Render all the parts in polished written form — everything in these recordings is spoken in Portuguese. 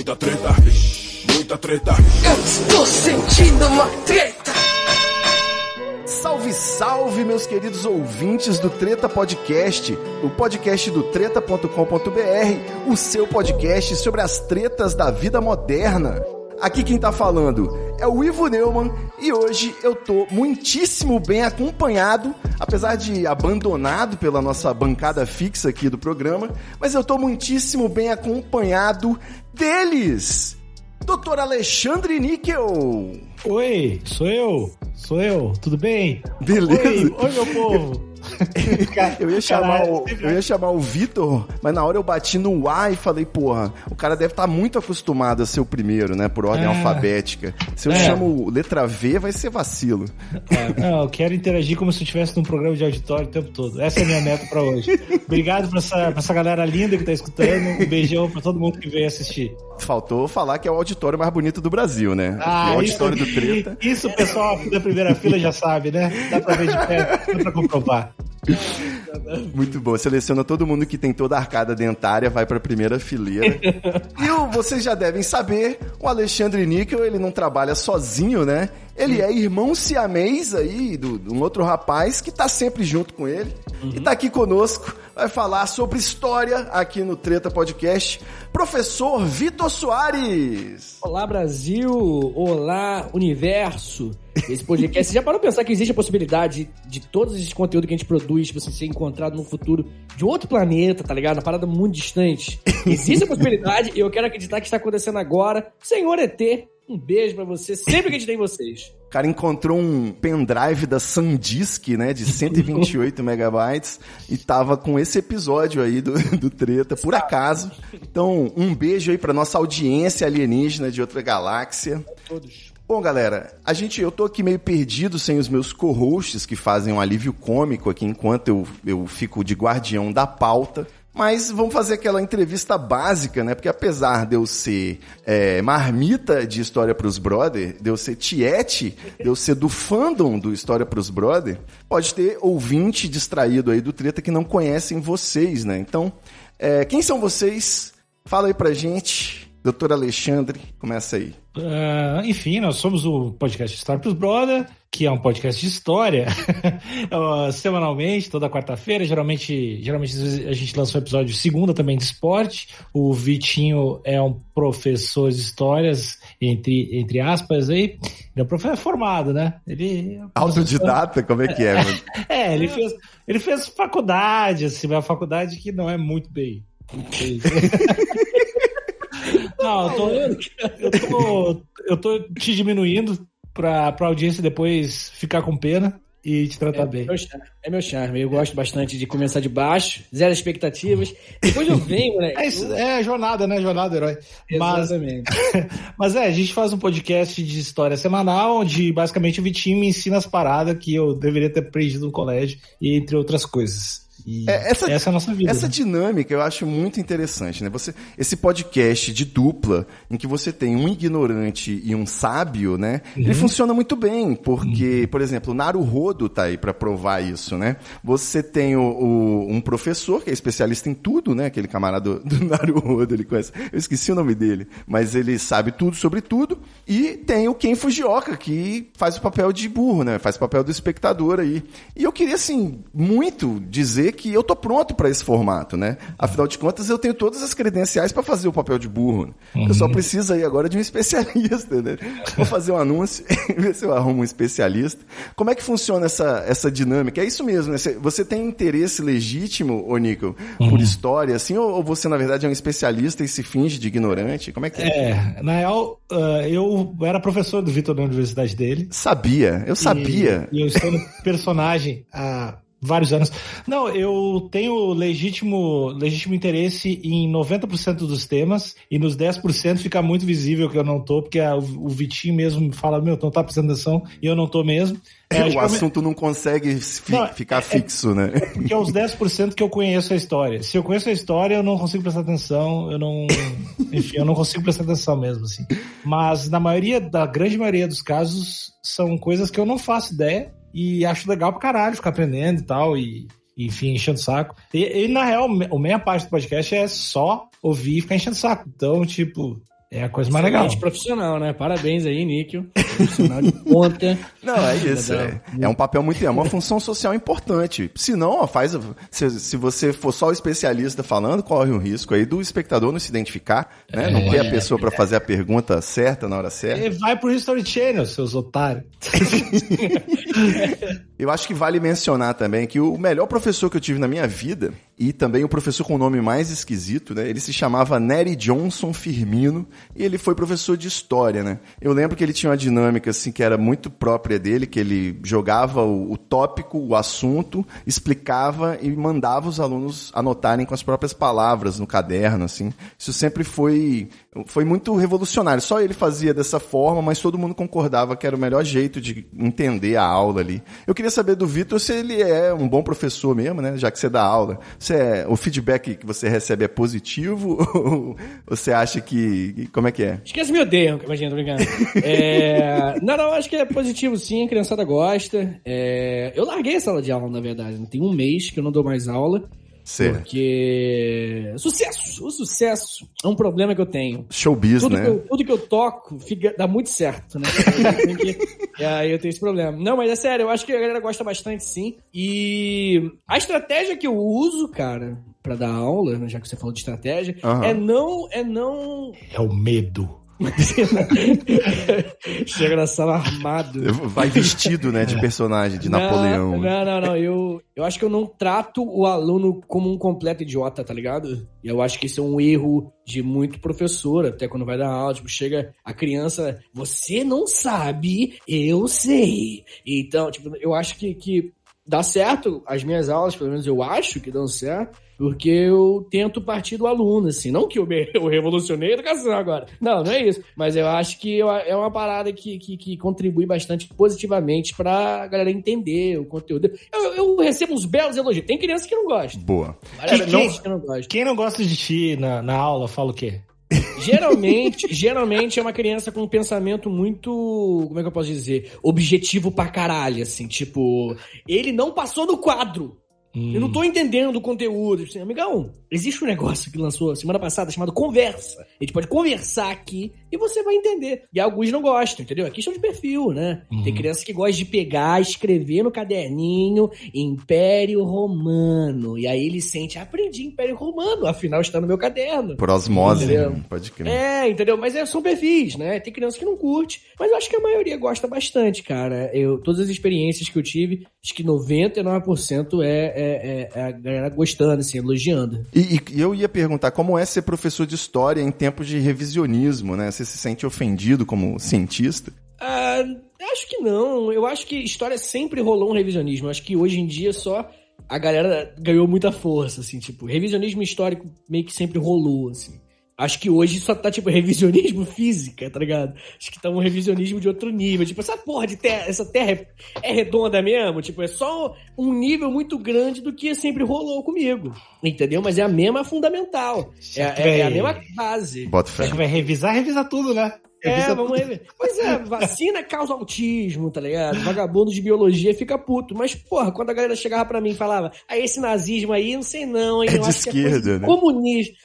Muita treta, muita treta. Eu estou sentindo uma treta. Salve, salve, meus queridos ouvintes do Treta Podcast, o podcast do treta.com.br, o seu podcast sobre as tretas da vida moderna. Aqui quem tá falando é o Ivo Neumann e hoje eu tô muitíssimo bem acompanhado, apesar de abandonado pela nossa bancada fixa aqui do programa, mas eu tô muitíssimo bem acompanhado deles, Dr. Alexandre Níquel. Oi, sou eu, tudo bem? Beleza? Oi meu povo. Eu ia chamar o Vitor, mas na hora eu bati no A e falei, porra, o cara deve estar muito acostumado a ser o primeiro, né, por ordem alfabética. Se eu chamo letra V, vai ser vacilo. Não, eu quero interagir como se eu estivesse num programa de auditório o tempo todo. Essa é a minha meta pra hoje. Obrigado pra essa galera linda que tá escutando. Um beijão pra todo mundo que veio assistir. Faltou falar que é o auditório mais bonito do Brasil, né? O auditório do Treta. Isso o pessoal da primeira fila já sabe, né? Dá pra ver de perto, dá pra comprovar. Muito bom, seleciona todo mundo que tem toda a arcada dentária, vai pra primeira fileira. E vocês já devem saber, o Alexandre Níquel, ele não trabalha sozinho, né? Ele é irmão siamês aí de um outro rapaz que tá sempre junto com ele. E tá aqui conosco, vai falar sobre história aqui no Treta Podcast, professor Vitor Soares. Olá, Brasil! Olá, universo! Esse podcast, você já parou pra pensar que existe a possibilidade de todos esses conteúdos que a gente produz, você ser encontrado no futuro de outro planeta, tá ligado? Uma parada muito distante. Existe a possibilidade e eu quero acreditar que está acontecendo agora. Senhor ET, um beijo pra você, sempre que a gente tem vocês. O cara encontrou um pendrive da SanDisk, né, de 128 megabytes e tava com esse episódio aí do Treta, por acaso. Então, um beijo aí pra nossa audiência alienígena de outra galáxia. A todos. Bom, galera, eu tô aqui meio perdido sem os meus co-hosts que fazem um alívio cômico aqui enquanto eu fico de guardião da pauta. Mas vamos fazer aquela entrevista básica, né? Porque apesar de eu ser marmita de História pros Brother, de eu ser tiete, de eu ser do fandom do História pros Brother, pode ter ouvinte distraído aí do Treta que não conhecem vocês, né? Então, quem são vocês? Fala aí pra gente. Doutor Alexandre, começa aí. Enfim, nós somos o podcast História pros Brother, que é um podcast de história, semanalmente, toda quarta-feira. Geralmente a gente lança um episódio de segunda também de esporte. O Vitinho é um professor de histórias, entre aspas, aí. Ele é um professor formado, né? Ele é autodidata? Como é que é? Ele fez faculdade, assim, uma faculdade que não é muito bem. Não, eu tô te diminuindo pra audiência depois ficar com pena e te tratar bem. É meu charme. Eu gosto bastante de começar de baixo, zero expectativas. Depois eu venho, né? É jornada, né? Jornada, herói. Exatamente. Mas a gente faz um podcast de história semanal, onde basicamente o Vitinho me ensina as paradas que eu deveria ter aprendido no colégio, e entre outras coisas. Essa é a nossa vida. Essa dinâmica eu acho muito interessante, né? Esse podcast de dupla, em que você tem um ignorante e um sábio, né? Ele funciona muito bem, porque, por exemplo, o Naruhodo tá aí pra provar isso, né? Você tem um professor que é especialista em tudo, né? Aquele camarada do Naruhodo, ele conhece. Eu esqueci o nome dele, mas ele sabe tudo sobre tudo. E tem o Ken Fujioka, que faz o papel de burro, né? Faz o papel do espectador aí. E eu queria, assim, muito dizer que eu tô pronto para esse formato, né? Afinal de contas, eu tenho todas as credenciais para fazer o papel de burro. Eu só preciso aí agora de um especialista, né? Vou fazer um anúncio, ver se eu arrumo um especialista. Como é que funciona essa dinâmica? É isso mesmo, né? Você tem interesse legítimo, ô Níquel, por história, assim, ou você, na verdade, é um especialista e se finge de ignorante? Como é que é? Na real, eu era professor do Vitor na universidade dele. Eu sabia. E eu estou no personagem há vários anos. Não, eu tenho legítimo interesse em 90% dos temas, e nos 10% fica muito visível que eu não tô, porque o Vitinho mesmo fala, tu não tá prestando atenção, e eu não tô mesmo. O assunto não consegue ficar fixo, né? Porque é os 10% que eu conheço a história. Se eu conheço a história, eu não consigo prestar atenção, enfim, eu não consigo prestar atenção mesmo, assim. Mas da grande maioria dos casos, são coisas que eu não faço ideia, e acho legal pra caralho ficar aprendendo e tal, e enfim, enchendo o saco. E na real, a meia parte do podcast é só ouvir e ficar enchendo o saco. Então, tipo, É a coisa mais legal. Profissional, né? Parabéns aí, Níquel. Profissional de ponta. Não, é isso. É um papel muito... É uma função social importante. Se não, ó, se você for só o especialista falando, corre o risco aí do espectador não se identificar, né? Não ter a pessoa para fazer a pergunta certa na hora certa. E vai pro History Channel, seus otários. Eu acho que vale mencionar também que o melhor professor que eu tive na minha vida, e também o professor com o nome mais esquisito, né? Ele se chamava Nery Johnson Firmino, e ele foi professor de história, né? Eu lembro que ele tinha uma dinâmica, assim, que era muito própria dele, que ele jogava o tópico, o assunto, explicava e mandava os alunos anotarem com as próprias palavras no caderno, assim. Isso sempre foi muito revolucionário. Só ele fazia dessa forma, mas todo mundo concordava que era o melhor jeito de entender a aula ali. Eu queria saber do Vitor se ele é um bom professor mesmo, né? Já que você dá aula. O feedback que você recebe é positivo? Ou você acha que... Como é que é? Acho que eles me odeiam, imagina, tô brincando. Não, acho que é positivo sim, a criançada gosta. Eu larguei a sala de aula, na verdade. Tem um mês que eu não dou mais aula. Certo. Porque o sucesso é um problema que eu tenho. Showbiz, né? Tudo que eu toco dá muito certo, né? Aí eu tenho esse problema. Não, mas é sério, eu acho que a galera gosta bastante, sim. E a estratégia que eu uso, cara, pra dar aula, já que você falou de estratégia, é não... É o medo. Chega na sala armado. Vai vestido, né, de personagem, de Napoleão. Não. Eu acho que eu não trato o aluno como um completo idiota, tá ligado? Eu acho que isso é um erro de muito professor, até quando vai dar aula, tipo, chega a criança, você não sabe, eu sei. Então, tipo, eu acho que dá certo, as minhas aulas, pelo menos eu acho que dão certo, porque eu tento partir do aluno, assim. Não que eu revolucionei a educação agora. Não é isso. Mas eu acho que é uma parada que contribui bastante positivamente pra galera entender o conteúdo. Eu recebo uns belos elogios. Tem criança que não gosta. Boa. Que não gosta. Quem não gosta de ti na aula, fala o quê? Geralmente é uma criança com um pensamento muito, como é que eu posso dizer? Objetivo pra caralho, assim. Tipo, ele não passou no quadro. Eu não tô entendendo o conteúdo. Assim, amigão, existe um negócio que lançou semana passada chamado Conversa. A gente pode conversar aqui e você vai entender. E alguns não gostam, entendeu? É questão de perfil, né? Tem criança que gosta de pegar, escrever no caderninho Império Romano. E aí ele sente, aprendi Império Romano, afinal está no meu caderno. Por osmose, pode crer. Entendeu? Mas são perfis, né? Tem criança que não curte, mas eu acho que a maioria gosta bastante, cara. Todas as experiências que eu tive, acho que 99% é a galera gostando, assim, elogiando. E eu ia perguntar, como é ser professor de história em tempos de revisionismo, né? Você se sente ofendido como cientista? Acho que não. Eu acho que história sempre rolou um revisionismo. Eu acho que hoje em dia só a galera ganhou muita força, assim, tipo, revisionismo histórico meio que sempre rolou, assim. Acho que hoje só tá, tipo, revisionismo física, tá ligado? Acho que tá um revisionismo de outro nível. Tipo, essa porra de terra, essa terra é redonda mesmo? Tipo, é só um nível muito grande do que sempre rolou comigo. Entendeu? Mas é a mesma fundamental. É a mesma base. Bota fé. Vai revisa tudo, né? Vamos ver. Pois é, vacina causa autismo, tá ligado? Vagabundo de biologia fica puto. Mas, porra, quando a galera chegava pra mim e falava, esse nazismo aí, não sei não, hein? É eu de acho esquerda, que é né? Comunista.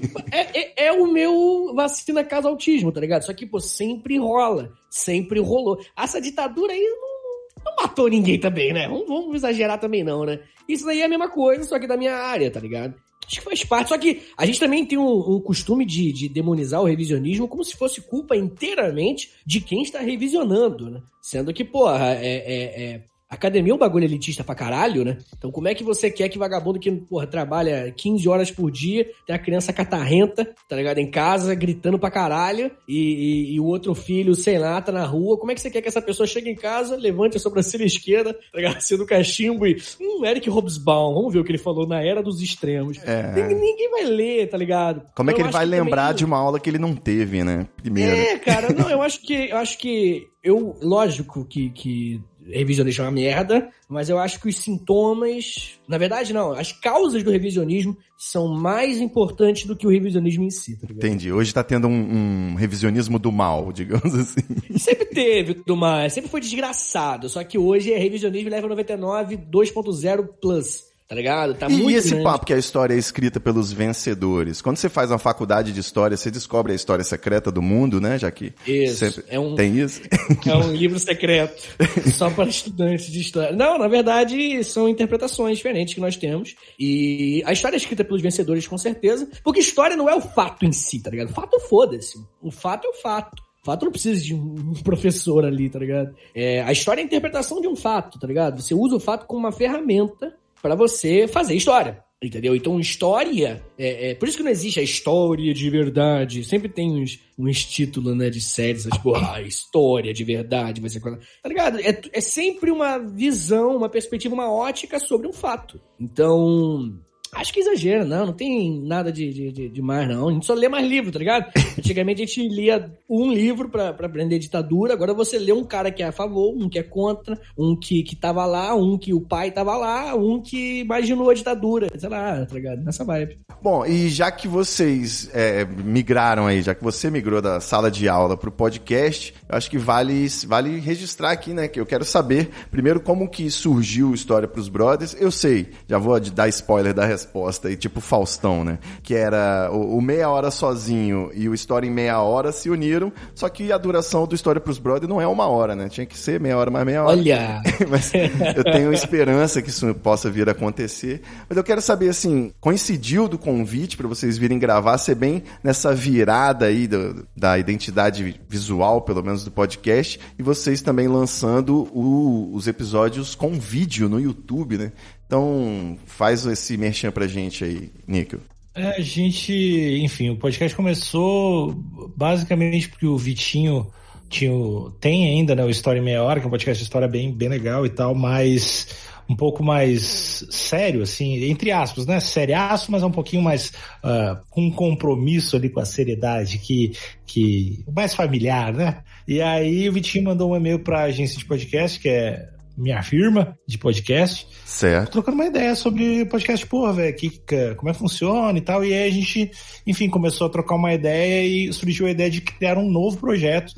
É o meu vacina causa autismo, tá ligado? Só que, pô, sempre rola. Sempre rolou. Essa ditadura aí não matou ninguém também, né? Vamos exagerar também não, né? Isso daí é a mesma coisa, só que da minha área, tá ligado? Acho que faz parte. Só que a gente também tem um costume de demonizar o revisionismo como se fosse culpa inteiramente de quem está revisionando, né? Sendo que, porra, academia é um bagulho elitista pra caralho, né? Então como é que você quer que vagabundo que, porra, trabalha 15 horas por dia, tem a criança catarrenta, tá ligado? Em casa, gritando pra caralho, e o outro filho, sei lá, tá na rua, como é que você quer que essa pessoa chegue em casa, levante a sobrancelha esquerda, tá ligado? Sendo cachimbo e... Eric Hobsbawm, vamos ver o que ele falou na Era dos Extremos. Ninguém vai ler, tá ligado? Como é que ele vai lembrar também de uma aula que ele não teve, né? Primeiro. Cara, não, eu acho que lógico que revisionismo é uma merda, mas eu acho que os sintomas... Na verdade, não. As causas do revisionismo são mais importantes do que o revisionismo em si, tá ligado? Entendi. Hoje tá tendo um revisionismo do mal, digamos assim. Sempre teve do mal. Sempre foi desgraçado. Só que hoje é revisionismo level 99 2.0 plus. tá ligado? Tá E muito esse grande. papo que a história é escrita pelos vencedores? Quando você faz uma faculdade de história, você descobre a história secreta do mundo, né, Jaqui? Isso. Sempre... É um... Tem isso? É um livro secreto, só para estudantes de história. Não, na verdade, são interpretações diferentes que nós temos. E a história é escrita pelos vencedores, com certeza. Porque história não é o fato em si, tá ligado? O fato, foda-se. O fato é o fato. O fato não precisa de um professor ali, tá ligado? A história é a interpretação de um fato, tá ligado? Você usa o fato como uma ferramenta para você fazer história. Entendeu? Então, história... por isso que não existe a história de verdade. Sempre tem uns títulos, né, de séries, tipo, história de verdade, vai ser... Tá ligado? É sempre uma visão, uma perspectiva, uma ótica sobre um fato. Então... Acho que exagera, não tem nada de mais, não. A gente só lê mais livro, tá ligado? Antigamente a gente lia um livro pra aprender a ditadura, agora você lê um cara que é a favor, um que é contra, um que tava lá, um que o pai tava lá, um que imaginou a ditadura, sei lá, tá ligado? Nessa vibe. Bom, e já que vocês migraram aí, já que você migrou da sala de aula pro podcast, eu acho que vale registrar aqui, né, que eu quero saber, primeiro, como que surgiu História pros Brothers. Eu sei, já vou dar spoiler da resposta aí, tipo Faustão, né, que era o Meia Hora Sozinho e o História em Meia Hora se uniram, só que a duração do História pros Brothers não é 1 hora, né, tinha que ser meia hora mais meia hora. Olha! Mas eu tenho esperança que isso possa vir a acontecer, mas eu quero saber, assim, coincidiu do convite para vocês virem gravar, ser bem nessa virada aí da identidade visual, pelo menos do podcast, e vocês também lançando os episódios com vídeo no YouTube, né? Então, faz esse merchan pra gente aí, Níquel. A gente, enfim, o podcast começou basicamente porque o Vitinho tem ainda, né, o História em Meia Hora, que é um podcast de história bem legal e tal, mas um pouco mais sério, assim, entre aspas, né? Seriaço, mas é um pouquinho mais com um compromisso ali com a seriedade, que mais familiar, né? E aí o Vitinho mandou um e-mail pra agência de podcast, que é minha firma de podcast. Certo. Trocando uma ideia sobre podcast, velho, como é que funciona e tal. E aí a gente, enfim, começou a trocar uma ideia e surgiu a ideia de criar um novo projeto,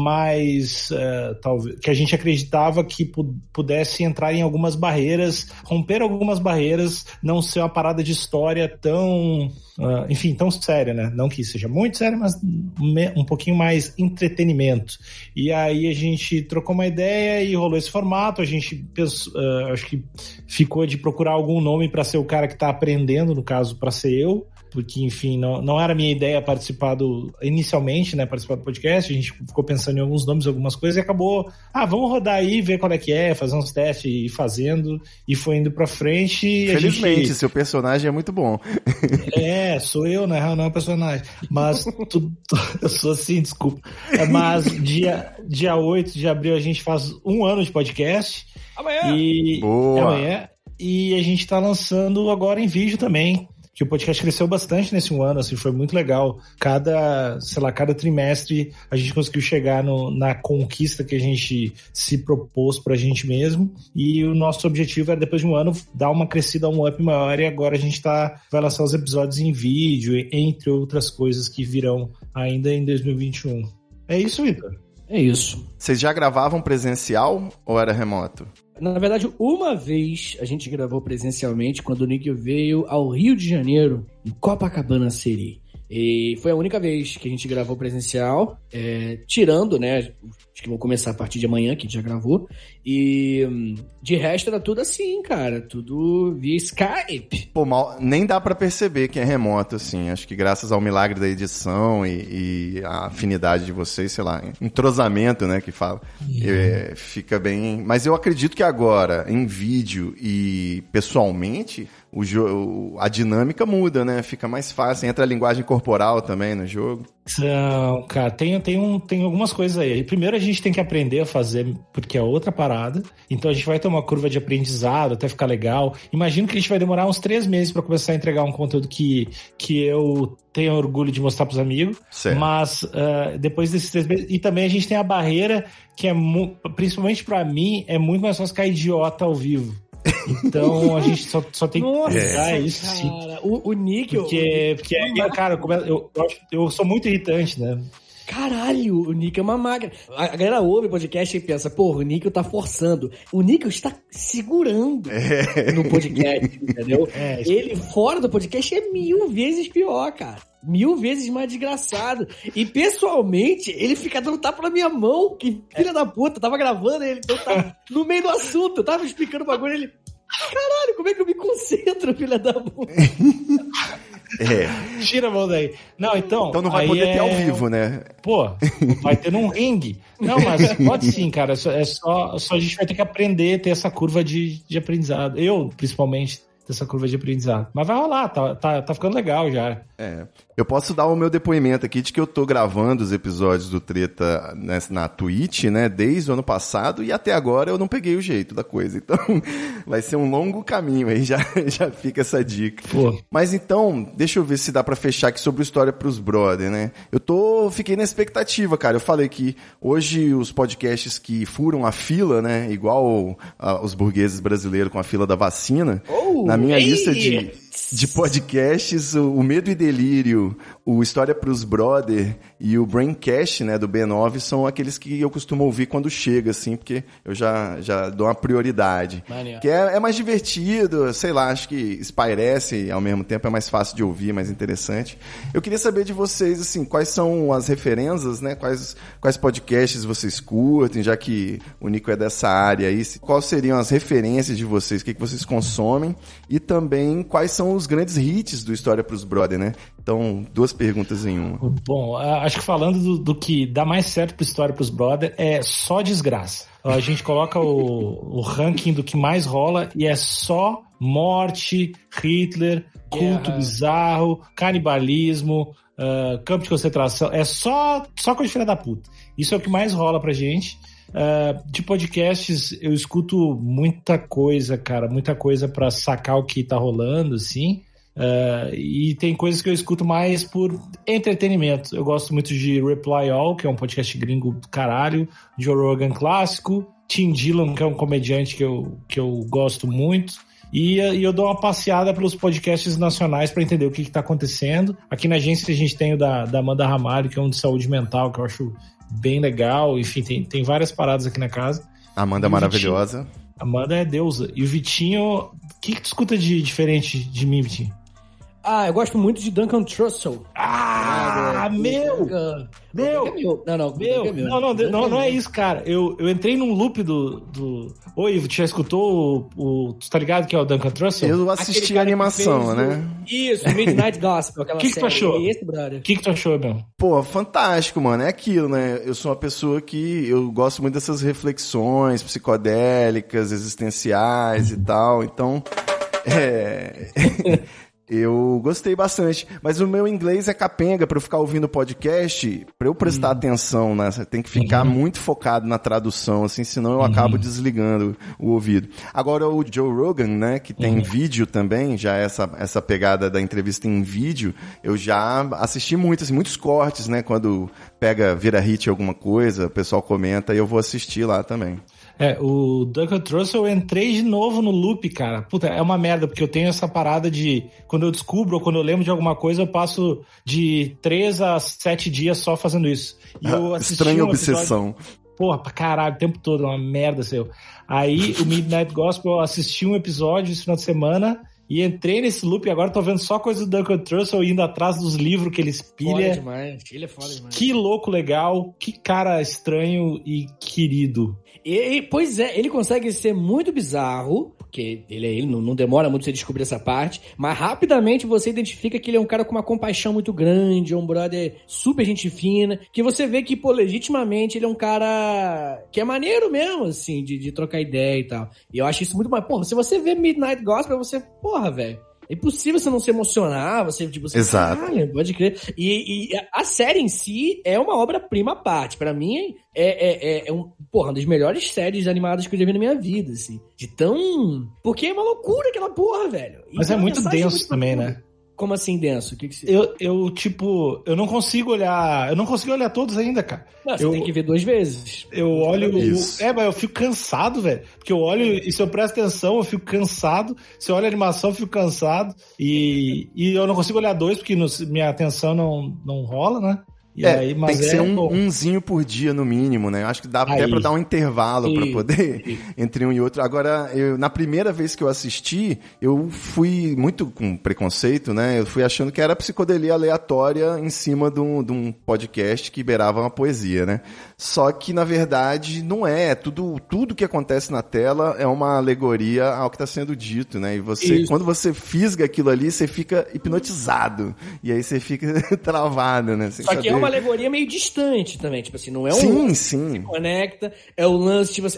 mas talvez que a gente acreditava que pudesse entrar em algumas barreiras, romper algumas barreiras, não ser uma parada de história tão, enfim, tão séria, né? Não que seja muito séria, mas um pouquinho mais entretenimento. E aí a gente trocou uma ideia e rolou esse formato. A gente pensou, acho que ficou de procurar algum nome para ser o cara que tá aprendendo, no caso, para ser eu. Porque, enfim, não era a minha ideia participar inicialmente, né, participar do podcast. A gente ficou pensando em alguns nomes, algumas coisas, e acabou, vamos rodar aí, ver qual é que é, fazer uns testes e ir fazendo, e foi indo pra frente. E felizmente, seu personagem é muito bom. Sou eu, na real, não é o personagem. Mas, eu sou assim, desculpa. Mas, dia 8 de abril, a gente faz 1 ano de podcast. Amanhã! Boa! Amanhã. E a gente tá lançando agora em vídeo também. Que o podcast cresceu bastante nesse 1 ano, assim, foi muito legal. Cada trimestre a gente conseguiu chegar na conquista que a gente se propôs pra gente mesmo, e o nosso objetivo era, depois de 1 ano, dar uma crescida, um up maior, e agora a gente vai lançar os episódios em vídeo, entre outras coisas que virão ainda em 2021. É isso, Vitor? É isso. Vocês já gravavam presencial ou era remoto? Na verdade, uma vez a gente gravou presencialmente quando o Níquel veio ao Rio de Janeiro, em Copacabana City. E foi a única vez que a gente gravou presencial, tirando, né? Acho que vou começar a partir de amanhã, que a gente já gravou. E de resto era tudo assim, cara. Tudo via Skype. Pô, nem dá pra perceber que é remoto, assim. Acho que graças ao milagre da edição e a afinidade de vocês, sei lá, entrosamento, né, que fala. Fica bem... Mas eu acredito que agora, em vídeo e pessoalmente, a dinâmica muda, né? Fica mais fácil. Entra a linguagem corporal também no jogo. Não, cara, tem algumas coisas aí. Primeiro a gente tem que aprender a fazer, porque é outra parada. Então a gente vai ter uma curva de aprendizado até ficar legal. Imagino que a gente vai demorar uns 3 meses para começar a entregar um conteúdo que eu tenho orgulho de mostrar pros amigos. Certo. Mas depois desses 3 meses... E também a gente tem a barreira que é, principalmente para mim, é muito mais fácil ficar idiota ao vivo. Então a gente só tem que pegar isso. Cara, sim. o Níquel... Porque cara, eu sou muito irritante, né? caralho, o Níquel é uma máquina. A galera ouve o podcast e pensa, porra, o Níquel tá forçando. O Níquel está segurando no podcast, entendeu? Ele fora do podcast é 1000 vezes pior, cara. 1000 vezes mais desgraçado. E pessoalmente, ele fica dando tapa na minha mão. Que filha da puta, tava gravando ele, então tá no meio do assunto, eu tava explicando o bagulho, ele... Caralho, como é que eu me concentro, filha da puta? Tira a mão daí. Não, então não vai poder ter ao vivo, né? Pô, vai ter num ringue. Não, mas pode sim, cara. Só a gente vai ter que aprender, ter essa curva de aprendizado. Eu, principalmente, ter essa curva de aprendizado. Mas vai rolar, tá ficando legal já. Eu posso dar o meu depoimento aqui de que eu tô gravando os episódios do Treta na Twitch, né, desde o ano passado, e até agora eu não peguei o jeito da coisa. Então, vai ser um longo caminho aí, já fica essa dica. Pô. Mas então, deixa eu ver se dá pra fechar aqui sobre o História pros Brother, né? Fiquei na expectativa, cara. Eu falei que hoje os podcasts que furam a fila, né, igual os burgueses brasileiros com a fila da vacina, na minha lista de podcasts, o Medo e Delírio, o História pros Brother e o Braincast, né, do B9, são aqueles que eu costumo ouvir quando chega, assim, porque eu já dou uma prioridade. Maneiro. Que é mais divertido, sei lá, acho que espairece, ao mesmo tempo é mais fácil de ouvir, mais interessante. Eu queria saber de vocês, assim, quais são as referências, né, quais podcasts vocês curtem, já que o Nico é dessa área aí, quais seriam as referências de vocês, o que vocês consomem, e também quais são os grandes hits do História pros Brother, né? Então, 2 perguntas em uma. Bom, acho que falando do que dá mais certo pro História pros Brother é só desgraça. A gente coloca o ranking do que mais rola e é só morte, Hitler, culto bizarro, canibalismo, campo de concentração. É só coisa de filha da puta. Isso é o que mais rola pra gente. De podcasts, eu escuto muita coisa, cara. Muita coisa pra sacar o que tá rolando, assim. E tem coisas que eu escuto mais por entretenimento. Eu gosto muito de Reply All, que é um podcast gringo do caralho, Joe Rogan clássico, Tim Dillon, que é um comediante que eu gosto muito, e eu dou uma passeada pelos podcasts nacionais para entender o que tá acontecendo. Aqui na agência a gente tem o da Amanda Ramalho, que é um de saúde mental, que eu acho bem legal. Enfim, tem várias paradas aqui na casa. Amanda é maravilhosa. Amanda é deusa. E o Vitinho, o que tu escuta de diferente de mim, Vitinho? Eu gosto muito de Duncan Trussell. Meu! Não é isso, cara. Eu entrei num loop do... Oi, tu já escutou tu tá ligado que é o Duncan Trussell? Eu assisti a animação, né? Isso, Midnight Gospel, aquela série. O que tu achou? O que tu achou, meu? Pô, fantástico, mano. É aquilo, né? Eu sou uma pessoa que eu gosto muito dessas reflexões psicodélicas, existenciais e tal. Então, eu gostei bastante, mas o meu inglês é capenga pra eu ficar ouvindo podcast, pra eu prestar atenção, né? Você tem que ficar muito focado na tradução, assim, senão eu acabo desligando o ouvido. Agora o Joe Rogan, né, que tem vídeo também, já essa pegada da entrevista em vídeo, eu já assisti muito, assim, muitos cortes, né, quando vira hit alguma coisa, o pessoal comenta e eu vou assistir lá também. O Duncan Trussell, eu entrei de novo no loop, cara. Puta, é uma merda, porque eu tenho essa parada de... Quando eu descubro ou quando eu lembro de alguma coisa, eu passo de 3 a 7 dias só fazendo isso. E eu assisti estranha obsessão. Porra, pra caralho, o tempo todo, é uma merda, seu. Aí, o Midnight Gospel, eu assisti um episódio esse final de semana... E entrei nesse loop e agora tô vendo só coisa do Duncan Trussell indo atrás dos livros que ele espilha. Foda demais. Ele é foda demais. Que louco legal, que cara estranho e querido. Pois é, ele consegue ser muito bizarro, porque ele não demora muito você descobrir essa parte, mas rapidamente você identifica que ele é um cara com uma compaixão muito grande, um brother super gente fina, que você vê que, pô, legitimamente ele é um cara que é maneiro mesmo, assim, de trocar ideia e tal. E eu acho isso muito mais... Porra, se você vê Midnight Gospel, você... Porra, velho. É impossível você não se emocionar, você, tipo... Você, exato. Pode crer. E a série em si é uma obra-prima à parte. Pra mim, uma das melhores séries animadas que eu já vi na minha vida, assim. De tão... Porque é uma loucura aquela porra, velho. Mas é muito denso também, né? Como assim denso? O que você... Eu não consigo olhar... Eu não consigo olhar todos ainda, cara. Não, você tem que ver 2 vezes. Eu olho... mas eu fico cansado, velho. Porque eu olho... E se eu presto atenção, eu fico cansado. Se eu olho a animação, eu fico cansado. E eu não consigo olhar 2, porque minha atenção não rola, né? E aí, mas tem que ser umzinho por dia no mínimo, né? Eu acho que dá até pra dar um intervalo pra poder entre um e outro. Agora, na primeira vez que eu assisti, eu fui muito com preconceito, né? Eu fui achando que era psicodelia aleatória em cima de um podcast que beirava uma poesia, né? Só que, na verdade, não é. Tudo que acontece na tela é uma alegoria ao que está sendo dito, né? E quando você fisga aquilo ali, você fica hipnotizado. E aí você fica travado, né? Só que é uma alegoria meio distante também, tipo assim, não é sim. Se conecta, é o lance, tipo assim,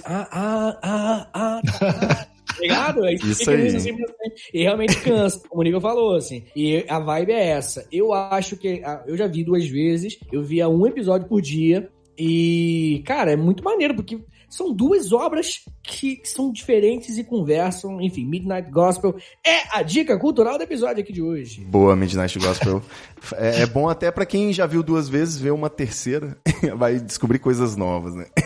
ligado? Isso aí. Assim, e realmente cansa, como o Nico falou, assim. E a vibe é essa. Eu acho que... Eu já vi 2 vezes, eu via um episódio por dia, e, cara, é muito maneiro, porque são 2 obras que são diferentes e conversam. Enfim, Midnight Gospel é a dica cultural do episódio aqui de hoje. Boa, Midnight Gospel. É bom até pra quem já viu 2 vezes, ver uma terceira, vai descobrir coisas novas, né?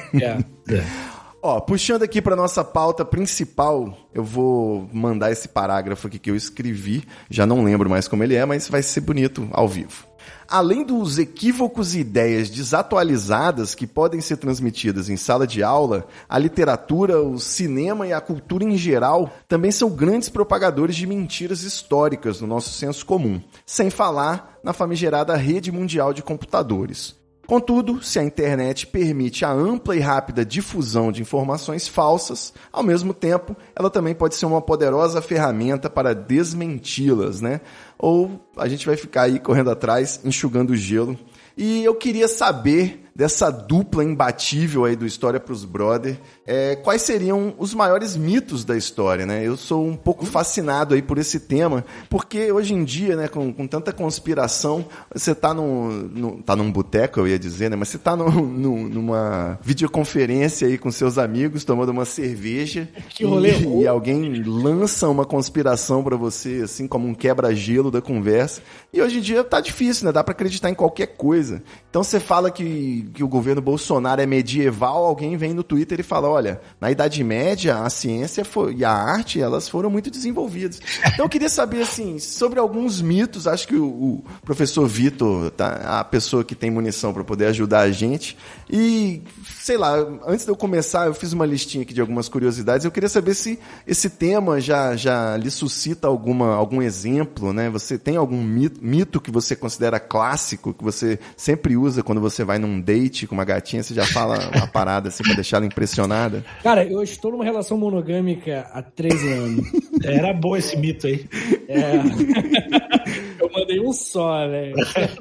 Ó, puxando aqui pra nossa pauta principal, eu vou mandar esse parágrafo aqui que eu escrevi, já não lembro mais como ele é, mas vai ser bonito ao vivo. Além dos equívocos e ideias desatualizadas que podem ser transmitidas em sala de aula, a literatura, o cinema e a cultura em geral também são grandes propagadores de mentiras históricas no nosso senso comum, sem falar na famigerada rede mundial de computadores. Contudo, se a internet permite a ampla e rápida difusão de informações falsas, ao mesmo tempo, ela também pode ser uma poderosa ferramenta para desmenti-las, né? Ou a gente vai ficar aí correndo atrás, enxugando o gelo. E eu queria saber dessa dupla imbatível aí do História pros Brother, quais seriam os maiores mitos da história, né? Eu sou um pouco fascinado aí por esse tema, porque hoje em dia, né, com tanta conspiração, você tá num boteco, eu ia dizer, né? Mas você tá numa videoconferência aí com seus amigos, tomando uma cerveja, e alguém lança uma conspiração pra você, assim, como um quebra-gelo da conversa. E hoje em dia tá difícil, né? Dá pra acreditar em qualquer coisa. Então você fala que o governo Bolsonaro é medieval, alguém vem no Twitter e fala, olha, na Idade Média a ciência e a arte, elas foram muito desenvolvidas. Então eu queria saber, assim, sobre alguns mitos, acho que o professor Vitor, tá, a pessoa que tem munição para poder ajudar a gente, e, sei lá, antes de eu começar, eu fiz uma listinha aqui de algumas curiosidades, eu queria saber se esse tema já lhe suscita algum exemplo, né? Você tem algum mito que você considera clássico, que você sempre usa quando você vai num date com uma gatinha, você já fala uma parada assim pra deixar ela impressionada? Cara, eu estou numa relação monogâmica há 13 anos. Era bom esse mito aí. Eu mandei um só, velho.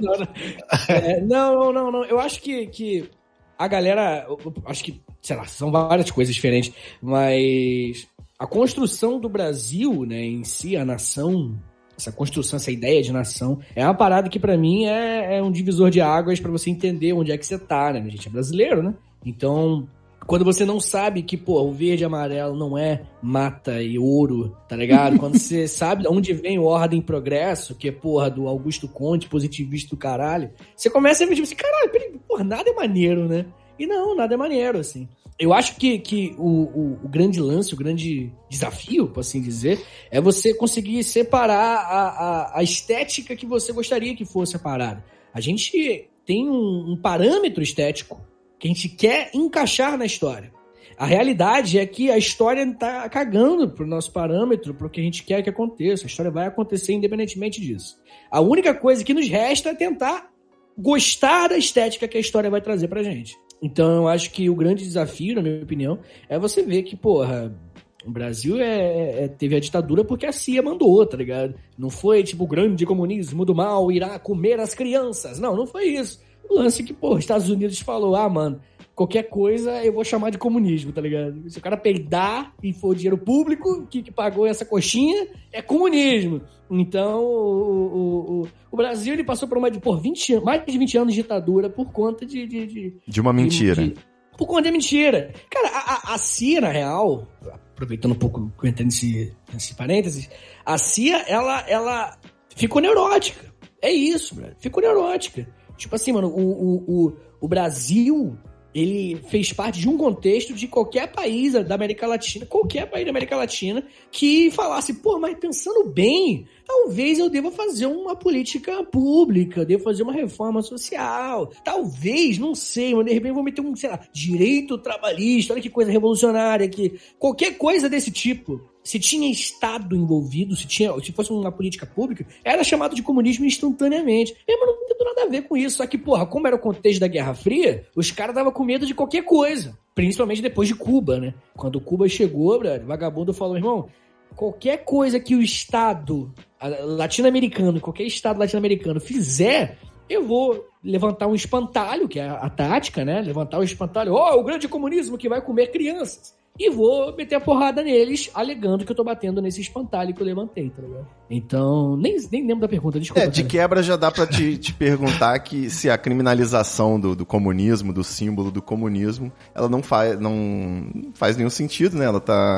Não. Eu acho que a galera... Acho que, sei lá, são várias coisas diferentes, mas a construção do Brasil, né, em si, a nação... Essa construção, essa ideia de nação, é uma parada que pra mim é um divisor de águas pra você entender onde é que você tá, né? A gente é brasileiro, né? Então, quando você não sabe que, pô, o verde e amarelo não é mata e ouro, tá ligado? Quando você sabe onde vem o Ordem e Progresso, que é, porra, do Augusto Conte, positivista do caralho, você começa a ver, tipo assim, caralho, porra, nada é maneiro, né? E não, nada é maneiro, assim. Eu acho que o grande lance, o grande desafio, por assim dizer, é você conseguir separar a estética que você gostaria que fosse a parada. A gente tem um parâmetro estético que a gente quer encaixar na história. A realidade é que a história tá cagando pro nosso parâmetro, pro que a gente quer que aconteça. A história vai acontecer independentemente disso. A única coisa que nos resta é tentar gostar da estética que a história vai trazer pra gente. Então, eu acho que o grande desafio, na minha opinião, é você ver que, porra, o Brasil teve a ditadura porque a CIA mandou, tá ligado? Não foi, tipo, o grande comunismo do mal irá comer as crianças. Não foi isso. O lance é que, porra, os Estados Unidos falou, mano, qualquer coisa eu vou chamar de comunismo, tá ligado? Se o cara peidar e for dinheiro público que pagou essa coxinha, é comunismo. Então, o Brasil, ele passou por mais de 20 anos de ditadura por conta de uma mentira. Por conta de mentira. Cara, a CIA, na real, aproveitando um pouco que eu entrei nesse parênteses, a CIA, ela ficou neurótica. É isso, velho. Ficou neurótica. Tipo assim, mano, o Brasil, ele fez parte de um contexto de qualquer país da América Latina, que falasse, pô, mas pensando bem, talvez eu deva fazer uma política pública, devo fazer uma reforma social, talvez, não sei, mas de repente vou meter direito trabalhista, olha que coisa revolucionária aqui, qualquer coisa desse tipo. Se tinha Estado envolvido, se fosse uma política pública, era chamado de comunismo instantaneamente. Mas não tem nada a ver com isso. Só que, porra, como era o contexto da Guerra Fria, os caras estavam com medo de qualquer coisa. Principalmente depois de Cuba, né? Quando Cuba chegou, o vagabundo falou, irmão, qualquer coisa que o Estado latino-americano, qualquer Estado latino-americano fizer, eu vou levantar um espantalho, que é a tática, né? Levantar um espantalho, o grande comunismo que vai comer crianças. E vou meter a porrada neles, alegando que eu tô batendo nesse espantalho que eu levantei, tá ligado? Então, nem lembro da pergunta, desculpa. De quebra já dá pra te perguntar que se a criminalização do comunismo, do símbolo do comunismo, ela não faz nenhum sentido, né?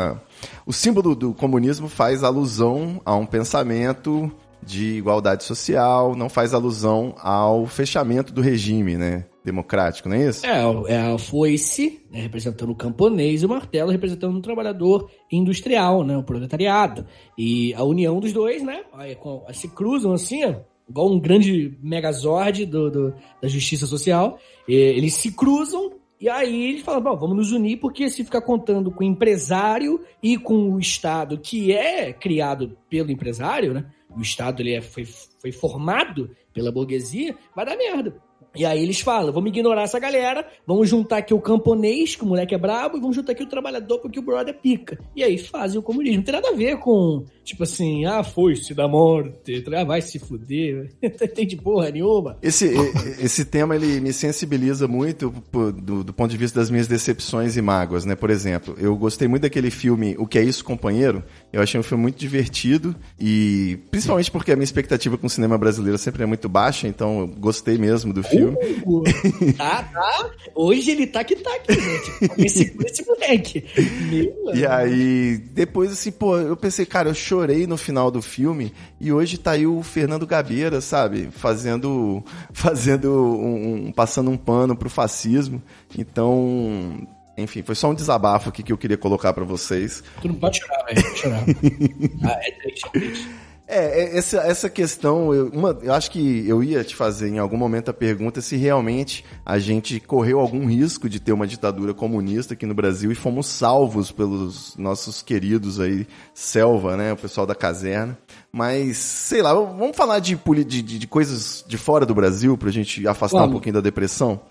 O símbolo do comunismo faz alusão a um pensamento de igualdade social, não faz alusão ao fechamento do regime, né? Democrático, não é isso? É a foice, né, representando o camponês, e o martelo representando o trabalhador industrial, né, o proletariado. E a união dos dois, né, se cruzam assim, igual um grande megazord da justiça social. Eles se cruzam e aí eles falam, bom, vamos nos unir, porque se ficar contando com o empresário e com o Estado, que é criado pelo empresário, né, o Estado foi formado pela burguesia, vai dar merda. E aí eles falam, vamos ignorar essa galera, vamos juntar aqui o camponês, que o moleque é brabo, e vamos juntar aqui o trabalhador, porque o brother pica. E aí fazem o comunismo. Não tem nada a ver com, tipo assim, foice da morte, vai se fuder, não entende porra nenhuma. Esse tema, ele me sensibiliza muito do ponto de vista das minhas decepções e mágoas, né? Por exemplo, eu gostei muito daquele filme O Que É Isso, Companheiro? Eu achei um filme muito divertido, e principalmente porque a minha expectativa com o cinema brasileiro sempre é muito baixa, então eu gostei mesmo do filme. Tá. Hoje ele tá aqui, gente. Esse moleque. E aí, depois assim, eu pensei, cara, eu chorei no final do filme, e hoje tá aí o Fernando Gabeira, sabe? Passando um pano pro fascismo. Então, enfim, foi só um desabafo aqui que eu queria colocar pra vocês. Tu não pode chorar, velho. Pode chorar. É triste. Essa questão, eu acho que eu ia te fazer em algum momento a pergunta se realmente a gente correu algum risco de ter uma ditadura comunista aqui no Brasil e fomos salvos pelos nossos queridos aí, Selva, né, o pessoal da caserna. Mas, sei lá, vamos falar de coisas de fora do Brasil pra gente afastar um pouquinho da depressão?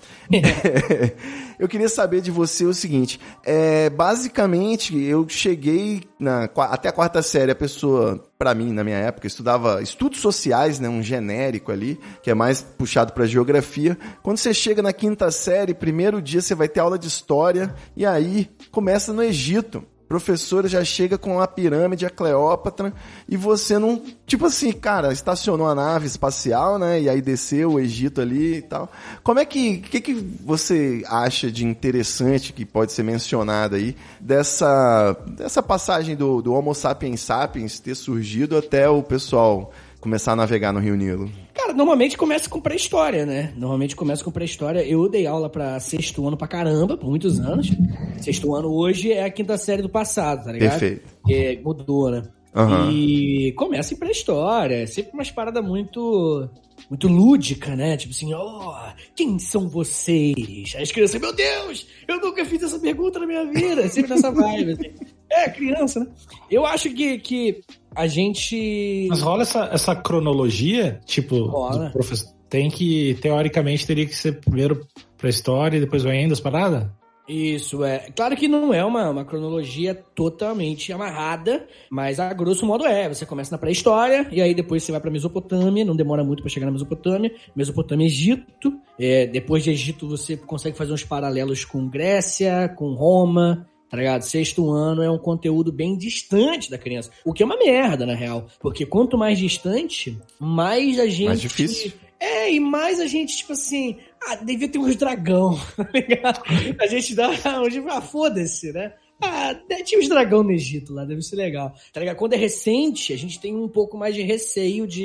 Eu queria saber de você o seguinte, basicamente eu cheguei até a 4ª série, a pessoa, pra mim, na minha época, estudava estudos sociais, né, um genérico ali, que é mais puxado pra geografia. Quando você chega na 5ª série, primeiro dia você vai ter aula de história, e aí começa no Egito. Professora já chega com a pirâmide, a Cleópatra, e você não... Tipo assim, cara, estacionou a nave espacial, né? E aí desceu o Egito ali e tal. Como é que você acha de interessante que pode ser mencionado aí dessa passagem do Homo sapiens sapiens ter surgido até o pessoal começar a navegar no Rio Nilo? Cara, normalmente começa com pré-história, né? Eu dei aula pra 6º ano pra caramba, por muitos anos. 6º ano hoje é a 5ª série do passado, tá ligado? Perfeito. Que mudou, né? Uhum. E começa em pré-história. Sempre umas paradas muito lúdica, né? Tipo assim, quem são vocês? As crianças, meu Deus, eu nunca fiz essa pergunta na minha vida. Sempre nessa vibe, assim. Criança, né? Eu acho que a gente... Mas rola essa cronologia, tipo, do professor. Teoricamente, teria que ser primeiro pra história e depois vai indo as paradas? Isso, Claro que não é uma cronologia totalmente amarrada, mas a grosso modo você começa na pré-história, e aí depois você vai pra Mesopotâmia, não demora muito pra chegar na Mesopotâmia, Egito, depois de Egito você consegue fazer uns paralelos com Grécia, com Roma, tá ligado? 6º ano é um conteúdo bem distante da criança, o que é uma merda, na real, porque quanto mais distante, mais a gente... Mais difícil. E mais a gente, tipo assim, devia ter uns dragão, tá ligado? A gente dá foda-se, né? Tinha uns dragão no Egito lá, deve ser legal. Tá ligado? Quando é recente, a gente tem um pouco mais de receio de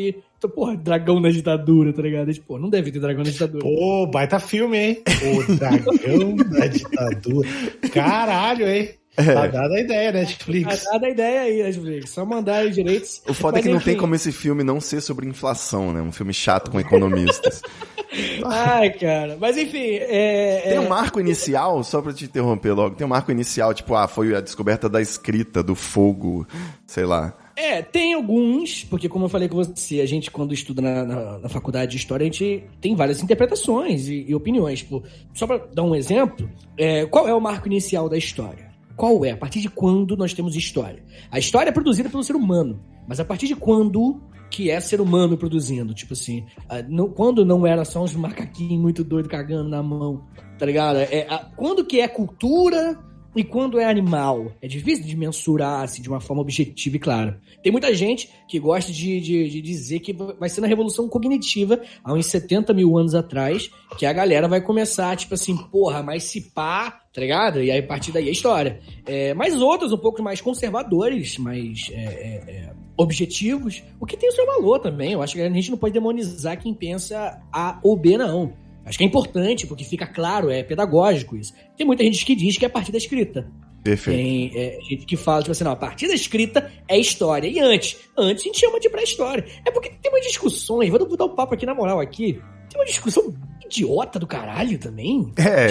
Porra, dragão na ditadura, tá ligado? Tipo, não deve ter dragão na ditadura. Pô, baita filme, hein? O dragão da ditadura. Caralho, hein? Tá dada a ideia, Netflix. Tá dada a ideia aí, Netflix. Só mandar aí direitos. O foda é que não tem como esse filme não ser sobre inflação, né? Um filme chato com economistas. Ai, cara. Mas enfim, Tem um marco inicial, só pra te interromper logo, tem um marco inicial, tipo, foi a descoberta da escrita, do fogo, sei lá. Tem alguns, porque como eu falei com você, a gente quando estuda na faculdade de História, a gente tem várias interpretações e opiniões. Tipo, só pra dar um exemplo, qual é o marco inicial da história? Qual é? A partir de quando nós temos história? A história é produzida pelo ser humano, mas a partir de quando que é ser humano produzindo? Tipo assim, quando não era só uns macaquinhos muito doidos cagando na mão, tá ligado? Quando que é cultura e quando é animal? É difícil de mensurar assim, de uma forma objetiva e clara. Tem muita gente que gosta de dizer que vai ser na Revolução Cognitiva, há uns 70 mil anos atrás, que a galera vai começar, tipo assim, porra, mas se pá, tá ligado? E aí a partir daí a história. Mas outros um pouco mais conservadores, mais objetivos, o que tem o seu valor também. Eu acho que a gente não pode demonizar quem pensa A ou B, não. Acho que é importante, porque fica claro, é pedagógico isso. Tem muita gente que diz que é a partir da escrita. Perfeito. Tem gente que fala, tipo assim, não, a partir da escrita é história. E antes a gente chama de pré-história. É porque tem umas discussões, vou dar um papo aqui na moral aqui, tem uma discussão idiota do caralho também.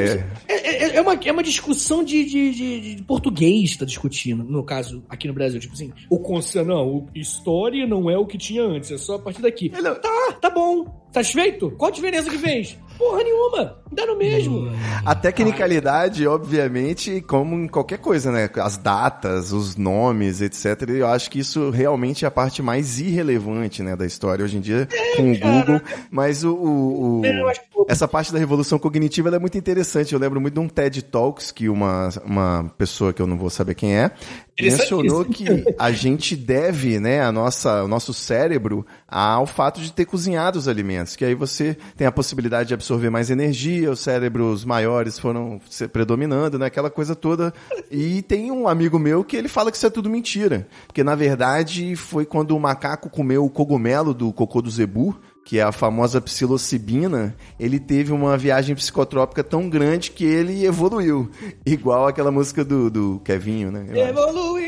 É uma discussão de português, tá discutindo, no caso, aqui no Brasil. Tipo assim, história não é o que tinha antes, é só a partir daqui. Tá bom. Satisfeito? Qual a diferença que fez? Porra nenhuma. Dá no mesmo. A tecnicalidade, obviamente, como em qualquer coisa, né? As datas, os nomes, etc. Eu acho que isso realmente é a parte mais irrelevante, né, da história hoje em dia, com o Google. Mas essa parte da revolução cognitiva ela é muito interessante. Eu lembro muito de um TED Talks que uma pessoa que eu não vou saber quem mencionou que a gente deve, né, o nosso cérebro ao fato de ter cozinhado os alimentos, que aí você tem a possibilidade de absorver mais energia, os cérebros maiores foram predominando, né, aquela coisa toda. E tem um amigo meu que ele fala que isso é tudo mentira, porque na verdade foi quando o macaco comeu o cogumelo do cocô do zebu, que é a famosa psilocibina, ele teve uma viagem psicotrópica tão grande que ele evoluiu. Igual aquela música do Kevinho, né? Evoluiu!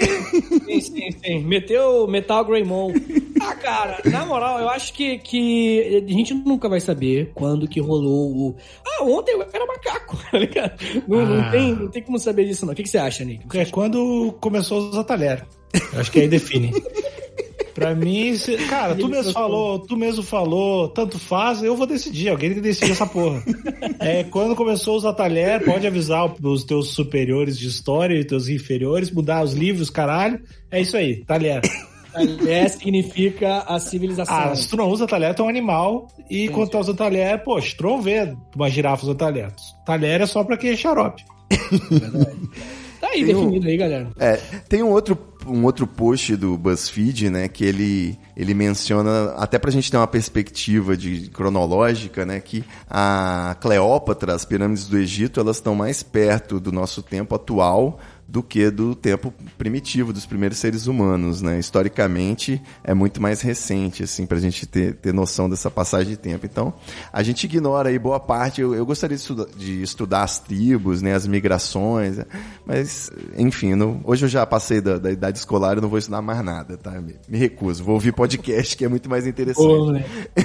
Sim. Meteu Metal Greymon. Cara, na moral, eu acho que a gente nunca vai saber quando que rolou ontem eu era macaco, tá ligado? Não tem como saber disso, não. O que você acha, Nick? É quando começou a usar talher. Eu acho que aí define. Pra mim, cara, tu mesmo falou, tanto faz, eu vou decidir, alguém tem que decidir essa porra. Quando começou a usar talher, pode avisar os teus superiores de história e teus inferiores, mudar os livros, caralho, é isso aí, talher. Talher significa a civilização. Se tu não usa talher, tu é um animal, e quando tu usa talher, poxa, tu não vê uma girafa usando talher. Talher é só pra quem é xarope. Verdade. Tá aí definido aí, galera. Tem um outro post do BuzzFeed, né, que ele menciona, até pra gente ter uma perspectiva cronológica, né, que a Cleópatra, as pirâmides do Egito, elas estão mais perto do nosso tempo atual do que do tempo primitivo dos primeiros seres humanos, né? Historicamente, é muito mais recente, assim, pra gente ter noção dessa passagem de tempo. Então, a gente ignora aí boa parte. Eu gostaria de estudar as tribos, né? As migrações, mas, enfim, hoje eu já passei da idade escolar, eu não vou estudar mais nada, tá? Me recuso. Vou ouvir podcast, que é muito mais interessante.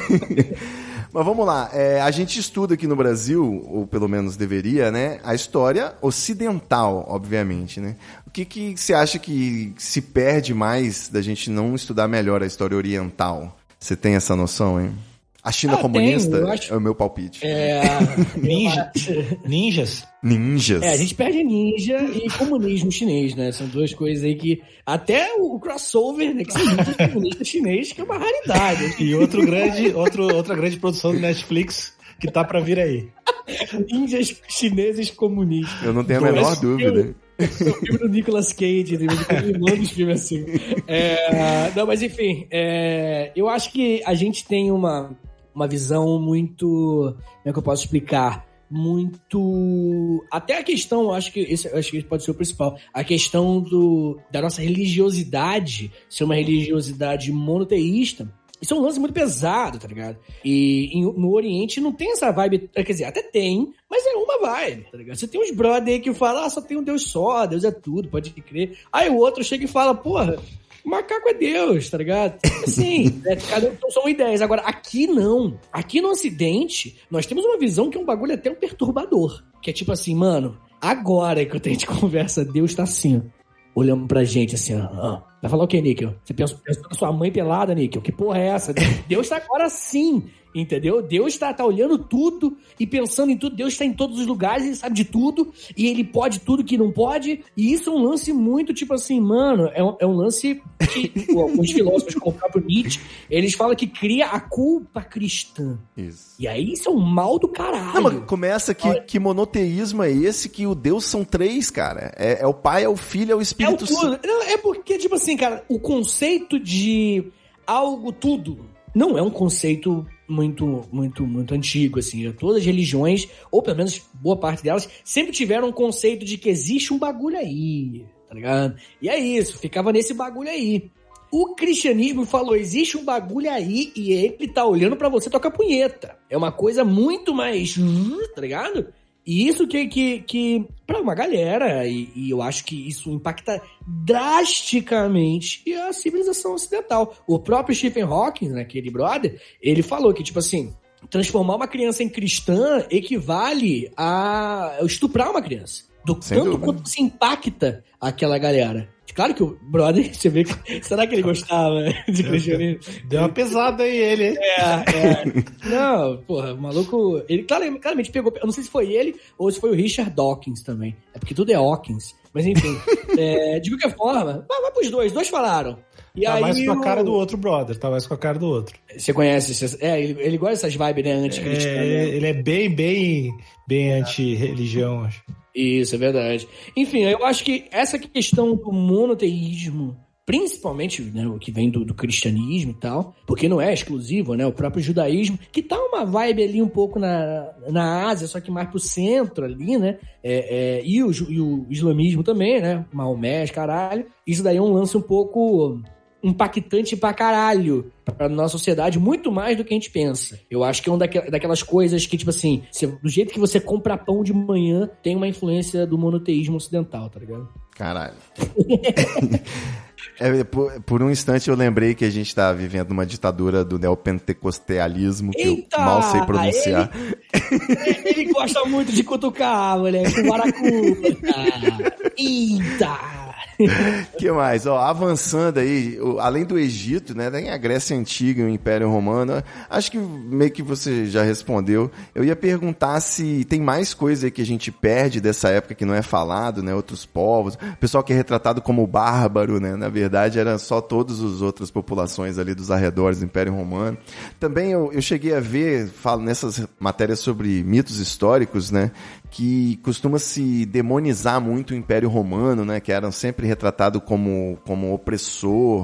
Mas vamos lá, a gente estuda aqui no Brasil, ou pelo menos deveria, né, a história ocidental, obviamente, né? O que você acha que se perde mais da gente não estudar melhor a história oriental? Você tem essa noção, hein? A China comunista é o meu palpite. Ninjas? Ninjas. A gente perde ninja e comunismo chinês, né? São duas coisas aí que... Até o crossover, né? Que são ninjas comunistas chinês, que é uma raridade. E outra grande produção do Netflix que tá pra vir aí. Ninjas chineses comunistas. Eu não tenho a menor dúvida. O filme do Nicolas Cage, dos filmes assim. Não, mas enfim, eu acho que a gente tem uma visão muito... Como é que eu posso explicar? Muito... Até a questão, acho que isso pode ser o principal, a questão da nossa religiosidade ser uma religiosidade monoteísta, Isso é um lance muito pesado, tá ligado? E no Oriente não tem essa vibe, quer dizer, até tem, mas é uma vibe, tá ligado? Você tem uns brother aí que falam, só tem um Deus só, Deus é tudo, pode crer. Aí o outro chega e fala, porra, macaco é Deus, tá ligado? Assim, cada um são ideias. Agora, aqui não. Aqui no Ocidente, nós temos uma visão que é um bagulho até um perturbador. Que é tipo assim, mano, agora que a gente conversa, Deus tá assim, ó, olhando pra gente assim, ó. Vai falar o que, Níquel? Você pensou na sua mãe pelada, Níquel? Que porra é essa? Deus tá agora sim, entendeu? Deus tá olhando tudo e pensando em tudo. Deus tá em todos os lugares, ele sabe de tudo. E ele pode tudo que não pode. E isso é um lance muito, tipo assim, mano, é um lance que os filósofos, como o próprio Nietzsche, eles falam que cria a culpa cristã. Isso. E aí isso é um mal do caralho. Não, mas começa que monoteísmo é esse, que o Deus são três, cara. É o Pai, é o Filho, é o Espírito Santo. É porque, tipo assim, cara, o conceito de algo tudo não é um conceito muito antigo, assim. Todas as religiões, ou pelo menos boa parte delas, sempre tiveram um conceito de que existe um bagulho aí, tá ligado? E é isso, ficava nesse bagulho aí. O cristianismo falou, existe um bagulho aí e ele tá olhando pra você tocar punheta. É uma coisa muito mais, tá ligado? E isso que pra uma galera, e eu acho que isso impacta drasticamente a civilização ocidental. O próprio Stephen Hawking, aquele brother, ele falou que, tipo assim, transformar uma criança em cristã equivale a estuprar uma criança. Do tanto quanto se impacta aquela galera. Claro que o brother, você vê que... Será que ele gostava de cristianismo? Deu uma pesada aí ele, hein? Não, porra, o maluco... Ele claramente pegou... Eu não sei se foi ele ou se foi o Richard Dawkins também. É porque tudo é Hawkins. Mas enfim, de qualquer forma, vai pros dois falaram. E tá aí mais com a cara do outro, brother. Tá mais com a cara do outro. Você conhece... ele gosta dessas vibes, né? Anticríticas. Ele é bem anti-religião, acho. Isso, é verdade. Enfim, eu acho que essa questão do monoteísmo, principalmente, né, o que vem do cristianismo e tal, porque não é exclusivo, né? O próprio judaísmo, que tá uma vibe ali um pouco na Ásia, só que mais pro centro ali, né? E o islamismo também, né? Maomé, caralho. Isso daí é um lance um pouco impactante pra caralho pra nossa sociedade, muito mais do que a gente pensa. Eu acho que é uma daquelas coisas que, tipo assim, do jeito que você compra pão de manhã, tem uma influência do monoteísmo ocidental, tá ligado? Caralho. Por um instante eu lembrei que a gente tá vivendo uma ditadura do neopentecostealismo, que eu mal sei pronunciar. Ele gosta muito de cutucar, moleque, maracuja. Eita! Que mais? Avançando aí, além do Egito, né, tem a Grécia Antiga e o Império Romano. Acho que meio que você já respondeu. Eu ia perguntar se tem mais coisa aí que a gente perde dessa época que não é falado, né? Outros povos. O pessoal que é retratado como bárbaro, né? Na verdade, eram só todas as outras populações ali dos arredores do Império Romano. Também eu cheguei a ver, falo nessas matérias sobre mitos históricos, né? Que costuma se demonizar muito o Império Romano, né? Que eram sempre retratado como opressor,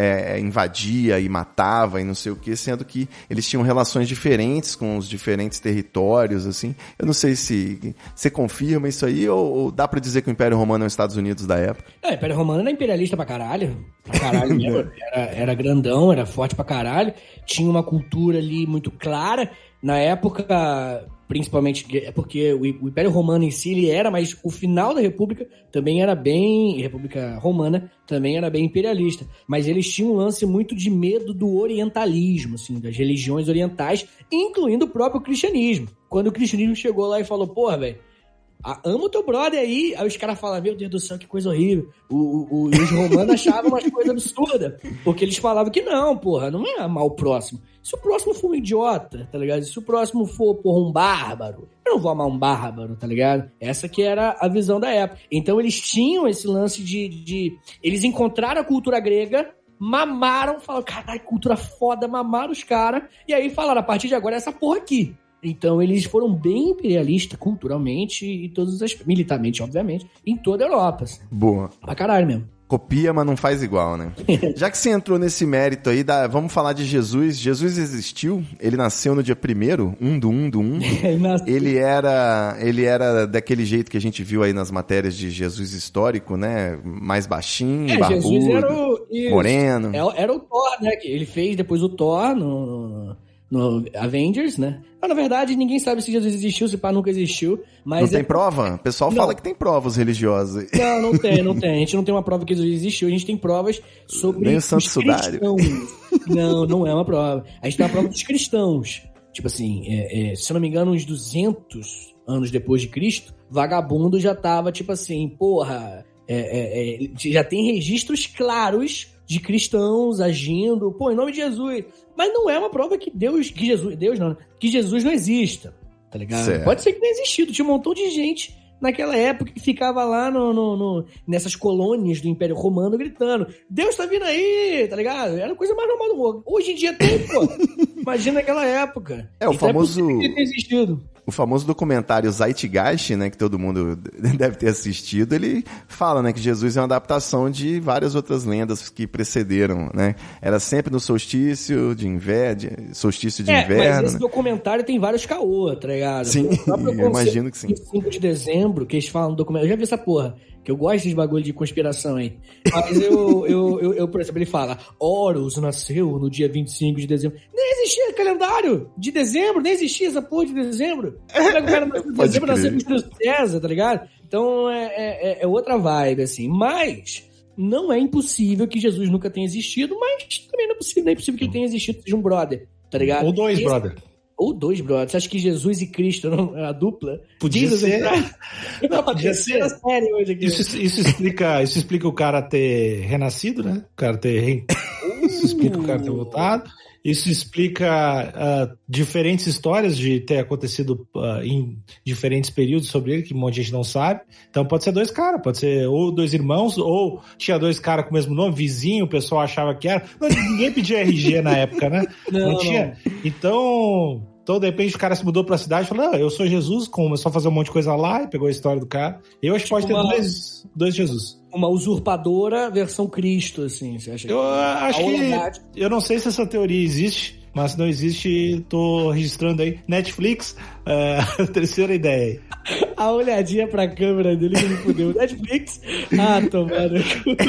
invadia e matava e não sei o que, sendo que eles tinham relações diferentes com os diferentes territórios, assim. Eu não sei se você confirma isso aí ou dá pra dizer que o Império Romano é os Estados Unidos da época? O Império Romano era imperialista pra caralho mesmo. Era grandão, era forte pra caralho, tinha uma cultura ali muito clara. Na época, principalmente, é porque o Império Romano em si ele era, mas o final da República também era bem... República Romana também era bem imperialista. Mas eles tinham um lance muito de medo do orientalismo, assim, das religiões orientais, incluindo o próprio cristianismo. Quando o cristianismo chegou lá e falou, porra, velho, amo o teu brother aí os caras falam, meu Deus do céu, que coisa horrível. Os romanos achavam umas coisas absurdas, porque eles falavam que não, porra, não é amar o próximo. Se o próximo for um idiota, tá ligado? Se o próximo for, porra, um bárbaro, eu não vou amar um bárbaro, tá ligado? Essa que era a visão da época. Então eles tinham esse lance de eles encontraram a cultura grega, mamaram, falaram, caralho, cultura foda, mamaram os caras, e aí falaram, a partir de agora é essa porra aqui. Então eles foram bem imperialistas culturalmente e todos os militarmente, obviamente, em toda a Europa. Assim. Boa. Pra caralho mesmo. Copia, mas não faz igual, né? Já que você entrou nesse mérito aí, vamos falar de Jesus. Jesus existiu, ele nasceu no dia 1º, 1/1/1. Ele era daquele jeito que a gente viu aí nas matérias de Jesus histórico, né? Mais baixinho, barbudo, Jesus era moreno. Era o Thor, né? Ele fez depois o Thor no Avengers, né? Mas, na verdade, ninguém sabe se Jesus existiu, se pá nunca existiu. Mas não tem prova? O pessoal fala que tem provas religiosas. Não tem. A gente não tem uma prova que Jesus existiu, a gente tem provas sobre nem o os Santo Sudário. Não é uma prova. A gente tem uma prova dos cristãos. Tipo assim, se eu não me engano, uns 200 anos depois de Cristo, vagabundo já tava, tipo assim, porra... já tem registros claros de cristãos agindo, em nome de Jesus. Mas não é uma prova que Jesus não exista, tá ligado? Certo. Pode ser que tenha existido. Tinha um montão de gente naquela época que ficava lá nessas colônias do Império Romano gritando: Deus tá vindo aí, tá ligado? Era a coisa mais normal do mundo. Hoje em dia tem, pô. Imagina naquela época. O famoso... É possível que tenha existido. O famoso documentário Zeitgeist, né, que todo mundo deve ter assistido, ele fala, né, que Jesus é uma adaptação de várias outras lendas que precederam, né? Era sempre no solstício de inverno, Mas esse documentário tem vários caô, tá ligado? Sim, eu imagino que sim. 5 de dezembro, que eles falam no documentário, eu já vi essa porra, que eu gosto de bagulho de conspiração aí. Mas eu, por exemplo, ele fala, Horus nasceu no dia 25 de dezembro. Nem existia calendário de dezembro, nem existia essa porra de dezembro. Como é que o cara nasceu de dezembro, nasceu com Júlio César, tá ligado? Então é outra vibe, assim. Mas não é impossível que Jesus nunca tenha existido, mas também não é impossível que ele tenha existido, seja um brother, tá ligado? Ou dois, brother. Ou dois brothers. Você acha que Jesus e Cristo eram a dupla? Podia ser. Não, podia ser. Sério hoje aqui. Isso explica o cara ter renascido, né? O cara ter... Isso explica o cara ter voltado. Isso explica diferentes histórias de ter acontecido em diferentes períodos sobre ele, que um monte de gente não sabe. Então pode ser dois caras, pode ser ou dois irmãos, ou tinha dois caras com o mesmo nome, vizinho, o pessoal achava que era. Não, ninguém pedia RG na época, né? Não tinha. Então, de repente, o cara se mudou pra cidade e falou, eu sou Jesus, começou a fazer um monte de coisa lá e pegou a história do cara. Eu acho que pode ter dois Jesus. Uma usurpadora versão Cristo, assim, você acha? Eu acho que... Eu não sei se essa teoria existe, mas se não existe, tô registrando aí. Netflix, terceira ideia aí. A olhadinha pra câmera dele que me fudeu. Netflix? Tomara.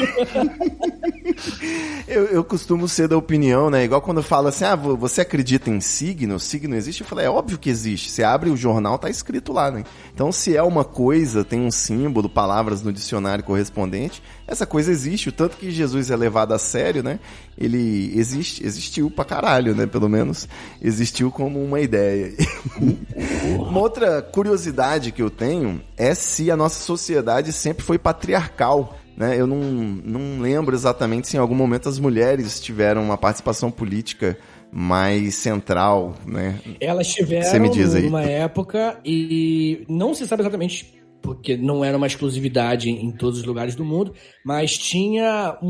Eu costumo ser da opinião, né? Igual quando eu falo assim, você acredita em signo? Signo existe? Eu falo, é óbvio que existe. Você abre o jornal, tá escrito lá, né? Então, se é uma coisa, tem um símbolo, palavras no dicionário correspondente, essa coisa existe. O tanto que Jesus é levado a sério, né? Ele existiu pra caralho, né? Pelo menos existiu como uma ideia. Uma outra curiosidade que eu tenho é se a nossa sociedade sempre foi patriarcal, né? Eu não lembro exatamente se em algum momento as mulheres tiveram uma participação política mais central, né? Elas tiveram numa época e não se sabe exatamente porque não era uma exclusividade em todos os lugares do mundo, mas tinha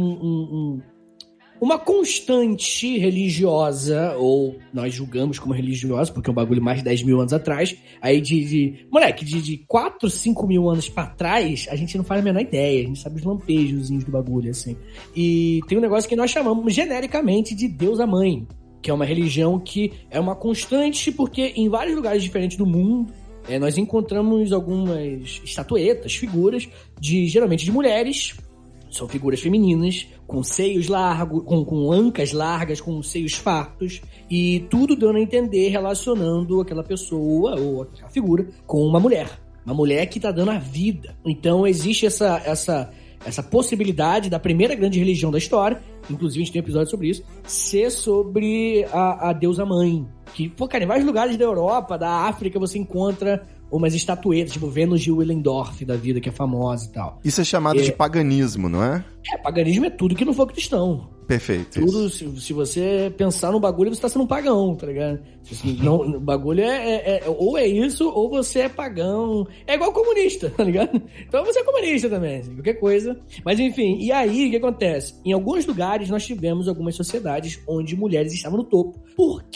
uma constante religiosa, ou nós julgamos como religiosa, porque é um bagulho mais de 10 mil anos atrás, aí moleque, de 4, 5 mil anos pra trás, a gente não faz a menor ideia, a gente sabe os lampejozinhos do bagulho, assim. E tem um negócio que nós chamamos genericamente de Deusa Mãe, que é uma religião que é uma constante, porque em vários lugares diferentes do mundo, nós encontramos algumas estatuetas, figuras, geralmente de mulheres. São figuras femininas, com seios largos, com ancas largas, com seios fartos, e tudo dando a entender relacionando aquela pessoa ou aquela figura com uma mulher que tá dando a vida. Então existe essa possibilidade da primeira grande religião da história, inclusive a gente tem um episódio sobre isso, ser sobre a deusa mãe. Que, cara, em vários lugares da Europa, da África, você encontra umas estatuetas, tipo Vênus de Willendorf da vida, que é famosa e tal. Isso é chamado de paganismo, não é? Paganismo é tudo que não for cristão. Perfeito. Tudo, se você pensar no bagulho, você tá sendo um pagão, tá ligado? Não, o bagulho ou é isso, ou você é pagão. É igual comunista, tá ligado? Então você é comunista também, assim, qualquer coisa. Mas enfim, e aí o que acontece? Em alguns lugares nós tivemos algumas sociedades onde mulheres estavam no topo. Por quê?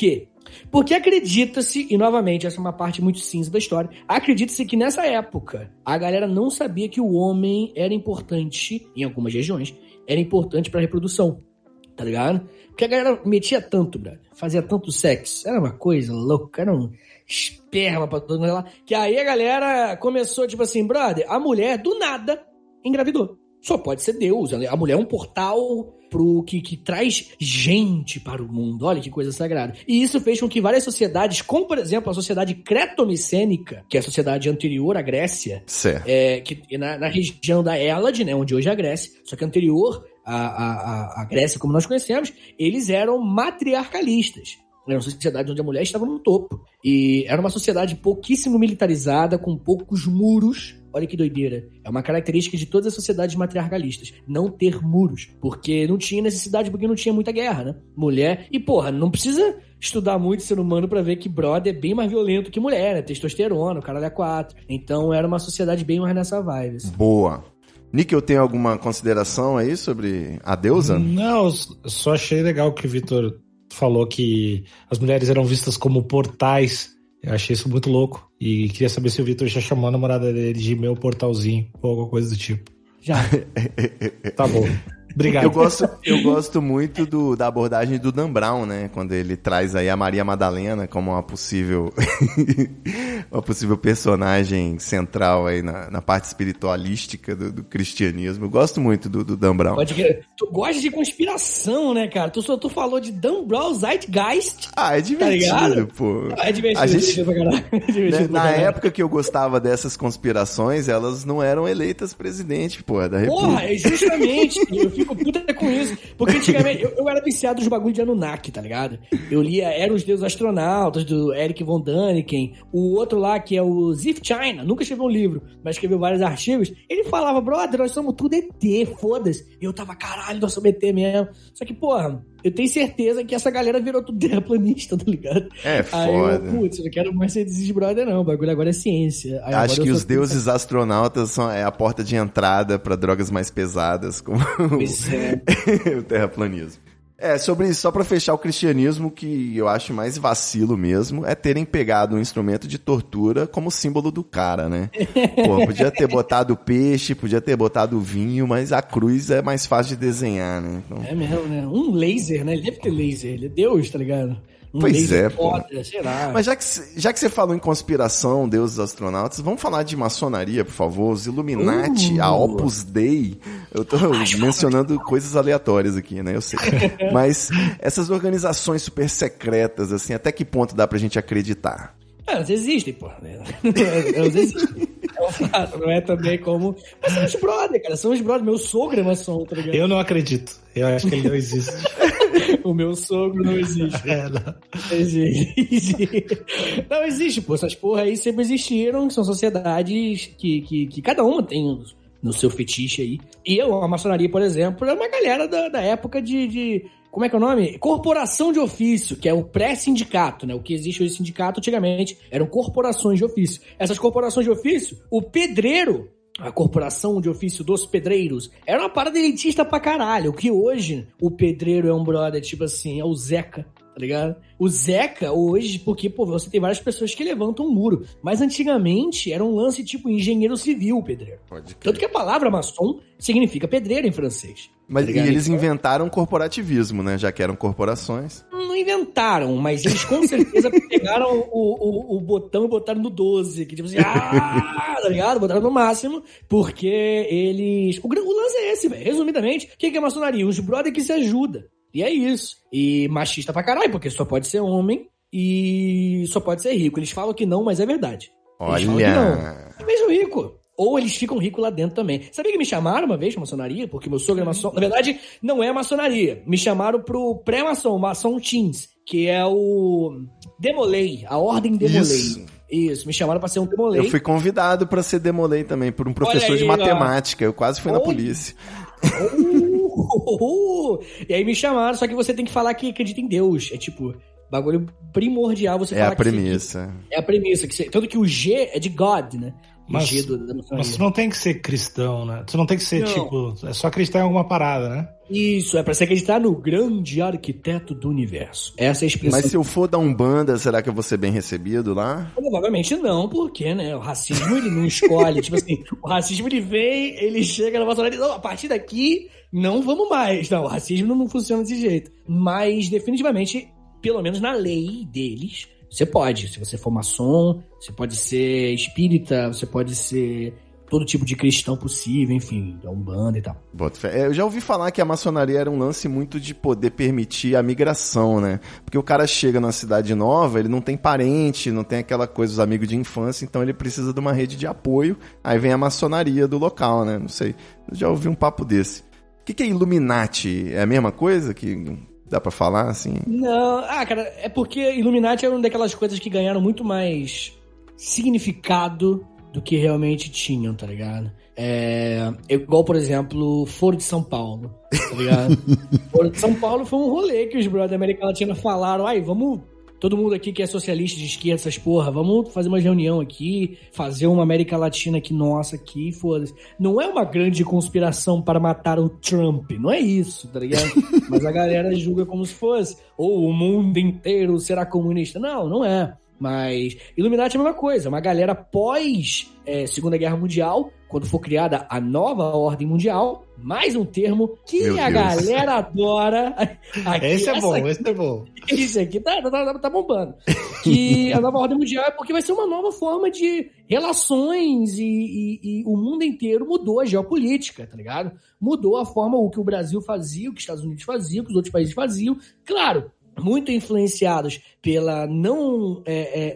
Porque acredita-se, e novamente, essa é uma parte muito cinza da história, acredita-se que nessa época a galera não sabia que o homem era importante, em algumas regiões, era importante pra reprodução, tá ligado? Porque a galera metia tanto, brother, fazia tanto sexo, era uma coisa louca, era um esperma pra todo mundo lá, que aí a galera começou, tipo assim, brother, a mulher, do nada, engravidou. Só pode ser Deus. A mulher é um portal que traz gente para o mundo. Olha que coisa sagrada. E isso fez com que várias sociedades, como por exemplo a sociedade cretomicênica, que é a sociedade anterior à Grécia, que na região da Hélade, né, onde hoje é a Grécia, só que anterior à Grécia como nós conhecemos, eles eram matriarcalistas. Era uma sociedade onde a mulher estava no topo. E era uma sociedade pouquíssimo militarizada, com poucos muros. Olha que doideira. É uma característica de todas as sociedades matriarcalistas. Não ter muros. Porque não tinha necessidade, porque não tinha muita guerra, né? Mulher... E, porra, não precisa estudar muito ser humano pra ver que brother é bem mais violento que mulher, né? Testosterona, o caralho é 4. Então era uma sociedade bem mais nessa vibe. Assim. Boa. Nick, eu tenho alguma consideração aí sobre a deusa? Não, eu só achei legal que o Vitor falou que as mulheres eram vistas como portais. Eu achei isso muito louco. E queria saber se o Vitor já chamou a namorada dele de meu portalzinho ou alguma coisa do tipo. Já. Tá bom. Obrigado. Eu gosto muito da abordagem do Dan Brown, né? Quando ele traz aí a Maria Madalena como uma possível personagem central aí na parte espiritualística do cristianismo. Eu gosto muito do Dan Brown. Tu gosta de conspiração, né, cara? Tu falou de Dan Brown Zeitgeist. Ah, é divertido, tá pô. É divertido pra caralho. Na época que eu gostava dessas conspirações, elas não eram eleitas presidente, pô, da República. Porra, é justamente. Eu fico puta com isso. Porque antigamente eu era viciado nos bagulho de Anunnaki, tá ligado? Eu lia Eram os Deuses Astronautas, do Eric von Däniken. O outro lá, que é o Zif China, nunca escreveu um livro, mas escreveu vários artigos. Ele falava, brother, nós somos tudo ET, foda-se. E eu tava, caralho, nós somos ET mesmo. Só que, porra, eu tenho certeza que essa galera virou tudo terraplanista, tá ligado? É foda. Aí eu, putz, eu não quero mais ser desses brother, não. O bagulho agora é ciência. Aí acho que os deuses astronautas é a porta de entrada pra drogas mais pesadas, como o terraplanismo. Só pra fechar o cristianismo, que eu acho mais vacilo mesmo, é terem pegado um instrumento de tortura como símbolo do cara, né? Pô, podia ter botado peixe, podia ter botado vinho, mas a cruz é mais fácil de desenhar, né? Então... É mesmo, né? Um laser, né? Ele deve ter laser, ele é Deus, tá ligado? Pois é, pô. Foda, sei lá. Mas já que você falou em conspiração, deuses astronautas, vamos falar de maçonaria, por favor. Os Illuminati, a Opus Dei. Eu tô mencionando coisas aleatórias aqui, né? Eu sei. Mas essas organizações super secretas, assim, até que ponto dá pra gente acreditar? Elas existem, pô. Elas existem. É um fato, não é também como... Mas são os brother, cara. São os brother. Meu sogro é maçom, tá ligado? Eu não acredito. Eu acho que ele não existe. O meu sogro não existe. Não existe. Não existe, pô. Essas porra aí sempre existiram. São sociedades que cada uma tem no seu fetiche aí. E a maçonaria, por exemplo, é uma galera da época de como é que é o nome? Corporação de ofício, que é o pré-sindicato, né? O que existe hoje sindicato antigamente eram corporações de ofício. Essas corporações de ofício, o pedreiro, a corporação de ofício dos pedreiros, era uma parada elitista pra caralho. O que hoje o pedreiro é um brother, tipo assim, é o Zeca, tá ligado? O Zeca hoje, porque, pô, você tem várias pessoas que levantam um muro. Mas antigamente era um lance tipo engenheiro civil, o pedreiro. Pode crer. Tanto que a palavra maçom significa pedreiro em francês. Mas tá e eles inventaram corporativismo, né? Já que eram corporações. Não inventaram, mas eles com certeza pegaram o botão e botaram no 12. Que tipo assim, tá ligado? Botaram no máximo, porque eles... O lance é esse, velho. Resumidamente, o que é maçonaria? Os brother que se ajudam. E é isso. E machista pra caralho, porque só pode ser homem e só pode ser rico. Eles falam que não, mas é verdade. Eles falam que não. É mesmo rico. Ou eles ficam ricos lá dentro também. Sabia que me chamaram uma vez pra maçonaria? Porque meu sogro é maçom. Na verdade, não é maçonaria. Me chamaram pro pré-maçom, maçom Teens, que é o Demolei, a ordem Demolei. Isso, me chamaram pra ser um Demolei. Eu fui convidado pra ser Demolei também, por um professor de matemática. Eu quase fui na polícia. E aí me chamaram, só que você tem que falar que acredita em Deus. É tipo... bagulho primordial você falar a premissa. É a premissa. Tanto que o G é de God, né? Mas tu não tem que ser cristão, né? Tu não tem que ser, é só acreditar em alguma parada, né? Isso, é pra você acreditar no grande arquiteto do universo. Essa é a expressão. Mas se eu for da Umbanda, será que eu vou ser bem recebido lá? Provavelmente não, porque, né, o racismo ele não escolhe. Tipo assim, o racismo ele vem, ele chega na maçonaria e diz, a partir daqui não vamos mais. Não, o racismo não funciona desse jeito. Mas definitivamente, pelo menos na lei deles, você pode. Se você for maçom, você pode ser espírita, você pode ser todo tipo de cristão possível, enfim, da Umbanda e tal. Eu já ouvi falar que a maçonaria era um lance muito de poder permitir a migração, né? Porque o cara chega numa cidade nova, ele não tem parente, não tem aquela coisa, os amigos de infância, então ele precisa de uma rede de apoio, aí vem a maçonaria do local, né? Não sei, eu já ouvi um papo desse. O que é Illuminati? É a mesma coisa que dá pra falar, assim? Não, cara, é porque Illuminati é uma daquelas coisas que ganharam muito mais significado do que realmente tinham, tá ligado? Igual, por exemplo, Foro de São Paulo, tá ligado? Foro de São Paulo foi um rolê que os brothers da América Latina falaram, vamos, todo mundo aqui que é socialista de esquerda, essas porra, vamos fazer uma reunião aqui, fazer uma América Latina aqui, nossa, aqui, foda-se. Não é uma grande conspiração para matar o Trump, não é isso, tá ligado? Mas a galera julga como se fosse, ou o mundo inteiro será comunista. Não, não é. Mas Illuminati é a mesma coisa, uma galera pós Segunda Guerra Mundial, quando for criada a nova ordem mundial, mais um termo que a galera adora. Aqui, esse é bom. Isso aqui tá bombando. Que a nova ordem mundial é porque vai ser uma nova forma de relações e o mundo inteiro mudou a geopolítica, tá ligado? Mudou a forma o que o Brasil fazia, o que os Estados Unidos faziam, o que os outros países faziam. Claro, muito influenciados pela não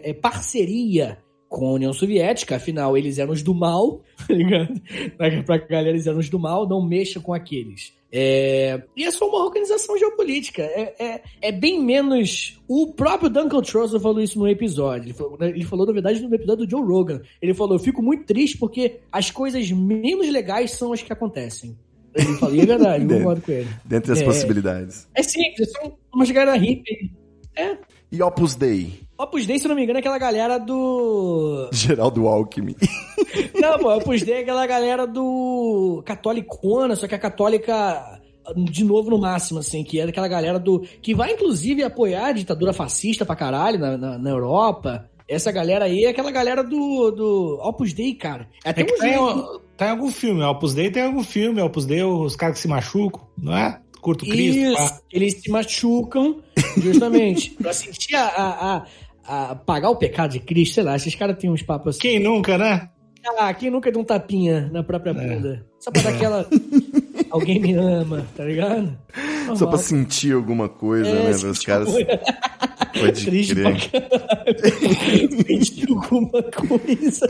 parceria com a União Soviética, afinal, eles eram os do mal, tá ligado? Pra galera, eles eram os do mal, não mexa com aqueles. E é só uma organização geopolítica. É bem menos... O próprio Duncan Trussell falou isso no episódio. Ele falou, na verdade, no episódio do Joe Rogan. Ele falou, eu fico muito triste porque as coisas menos legais são as que acontecem. Ele falou, e é verdade, eu concordo com ele. Dentre as possibilidades. É simples, são umas galera hippie. E Opus Dei? Opus Dei, se não me engano, é aquela galera do... Geraldo Alckmin. Não, pô, Opus Dei é aquela galera do catolicona, só que a católica, de novo no máximo, assim, que é daquela galera do... Que vai, inclusive, apoiar a ditadura fascista pra caralho na Europa. Essa galera aí é aquela galera do Opus Dei, cara. Até tá em algum filme, Opus Dei tem algum filme, Opus Dei, os caras que se machucam, não é? Curto Cristo. Isso, eles se machucam justamente pra sentir a pagar o pecado de Cristo, sei lá, esses caras têm uns papos assim. Quem nunca, né? Quem nunca deu um tapinha na própria bunda? Só pra dar aquela... Alguém me ama, tá ligado? Normal. Só pra sentir alguma coisa, né? Os caras... Pode triste crer. Pra caralho. Sentir alguma coisa.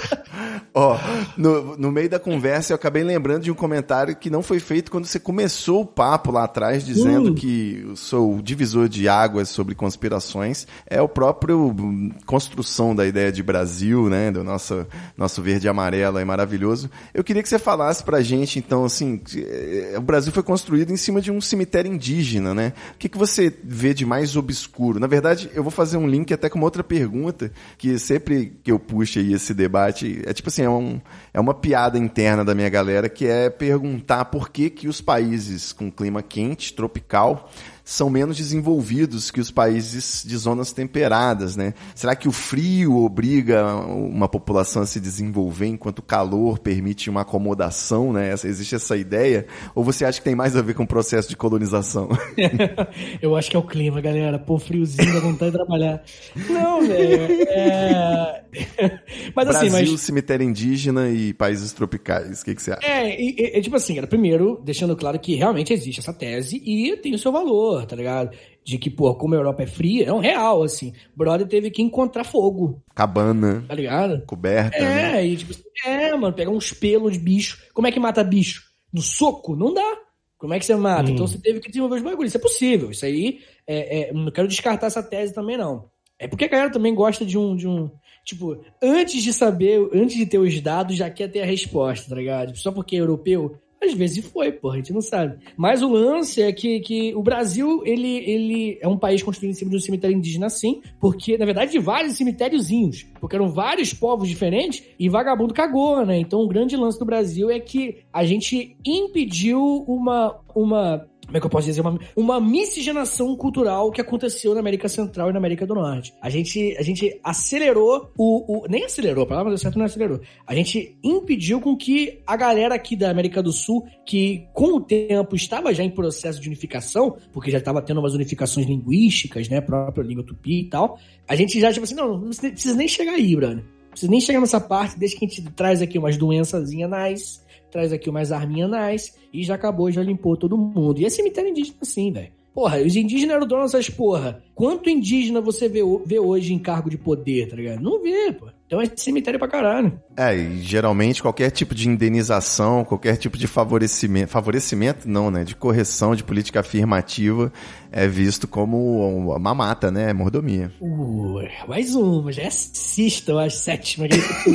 No meio da conversa eu acabei lembrando de um comentário que não foi feito quando você começou o papo lá atrás, dizendo que eu sou o divisor de águas sobre conspirações. É o próprio construção da ideia de Brasil, né? Do nosso verde e amarelo, é maravilhoso. Eu queria que você falasse pra gente, então, assim, o Brasil foi construído em cima de um cemitério indígena, né? O que você vê de mais obscuro? Na verdade, eu vou fazer um link até com uma outra pergunta, que sempre que eu puxo aí esse debate, é tipo assim, é uma piada interna da minha galera, que é perguntar por que os países com clima quente, tropical, são menos desenvolvidos que os países de zonas temperadas, né? Será que o frio obriga uma população a se desenvolver enquanto o calor permite uma acomodação, né? Existe essa ideia? Ou você acha que tem mais a ver com o processo de colonização? Eu acho que é o clima, galera. Pô, friozinho, dá vontade de trabalhar. Não, velho. Mas assim, Brasil, cemitério indígena e países tropicais. O que você acha? Tipo assim, cara, primeiro, deixando claro que realmente existe essa tese e tem o seu valor, tá ligado? De que, pô, como a Europa é fria, é um real, assim. O brother teve que encontrar fogo. Cabana. Tá ligado? Coberta, né? E tipo, mano, pegar uns pelos de bicho. Como é que mata bicho? No soco? Não dá. Como é que você mata? Então você teve que desenvolver os bagulhos. Isso é possível. Isso aí, não quero descartar essa tese também, não. É porque a galera também gosta de um... Tipo, antes de ter os dados, já quer ter a resposta, tá ligado? Só porque é europeu, Às vezes foi, porra, a gente não sabe. Mas o lance é que o Brasil, ele é um país construído em cima de um cemitério indígena, sim, porque, na verdade, de vários cemitériozinhos, porque eram vários povos diferentes e vagabundo cagou, né? Então, o grande lance do Brasil é que a gente impediu uma como é que eu posso dizer? Uma miscigenação cultural que aconteceu na América Central e na América do Norte. A gente acelerou nem acelerou, a palavra certa não é acelerou. A gente impediu com que a galera aqui da América do Sul, que com o tempo estava já em processo de unificação, porque já estava tendo umas unificações linguísticas, né? Própria língua tupi e tal. A gente já, tipo assim, não precisa nem chegar aí, brother. Não precisa nem chegar nessa parte, desde que a gente traz aqui umas doençazinhas nice, traz aqui umas arminhas nice, e já acabou, já limpou todo mundo. E é cemitério indígena assim, velho. Porra, os indígenas eram donos dessas porra. Quanto indígena você vê hoje em cargo de poder, tá ligado? Não vê, pô. Então é cemitério pra caralho. E geralmente qualquer tipo de indenização, qualquer tipo de favorecimento não, né? De correção de política afirmativa é visto como uma mamata, né? Mordomia. Mais uma, já é a sexta, eu acho, sétima.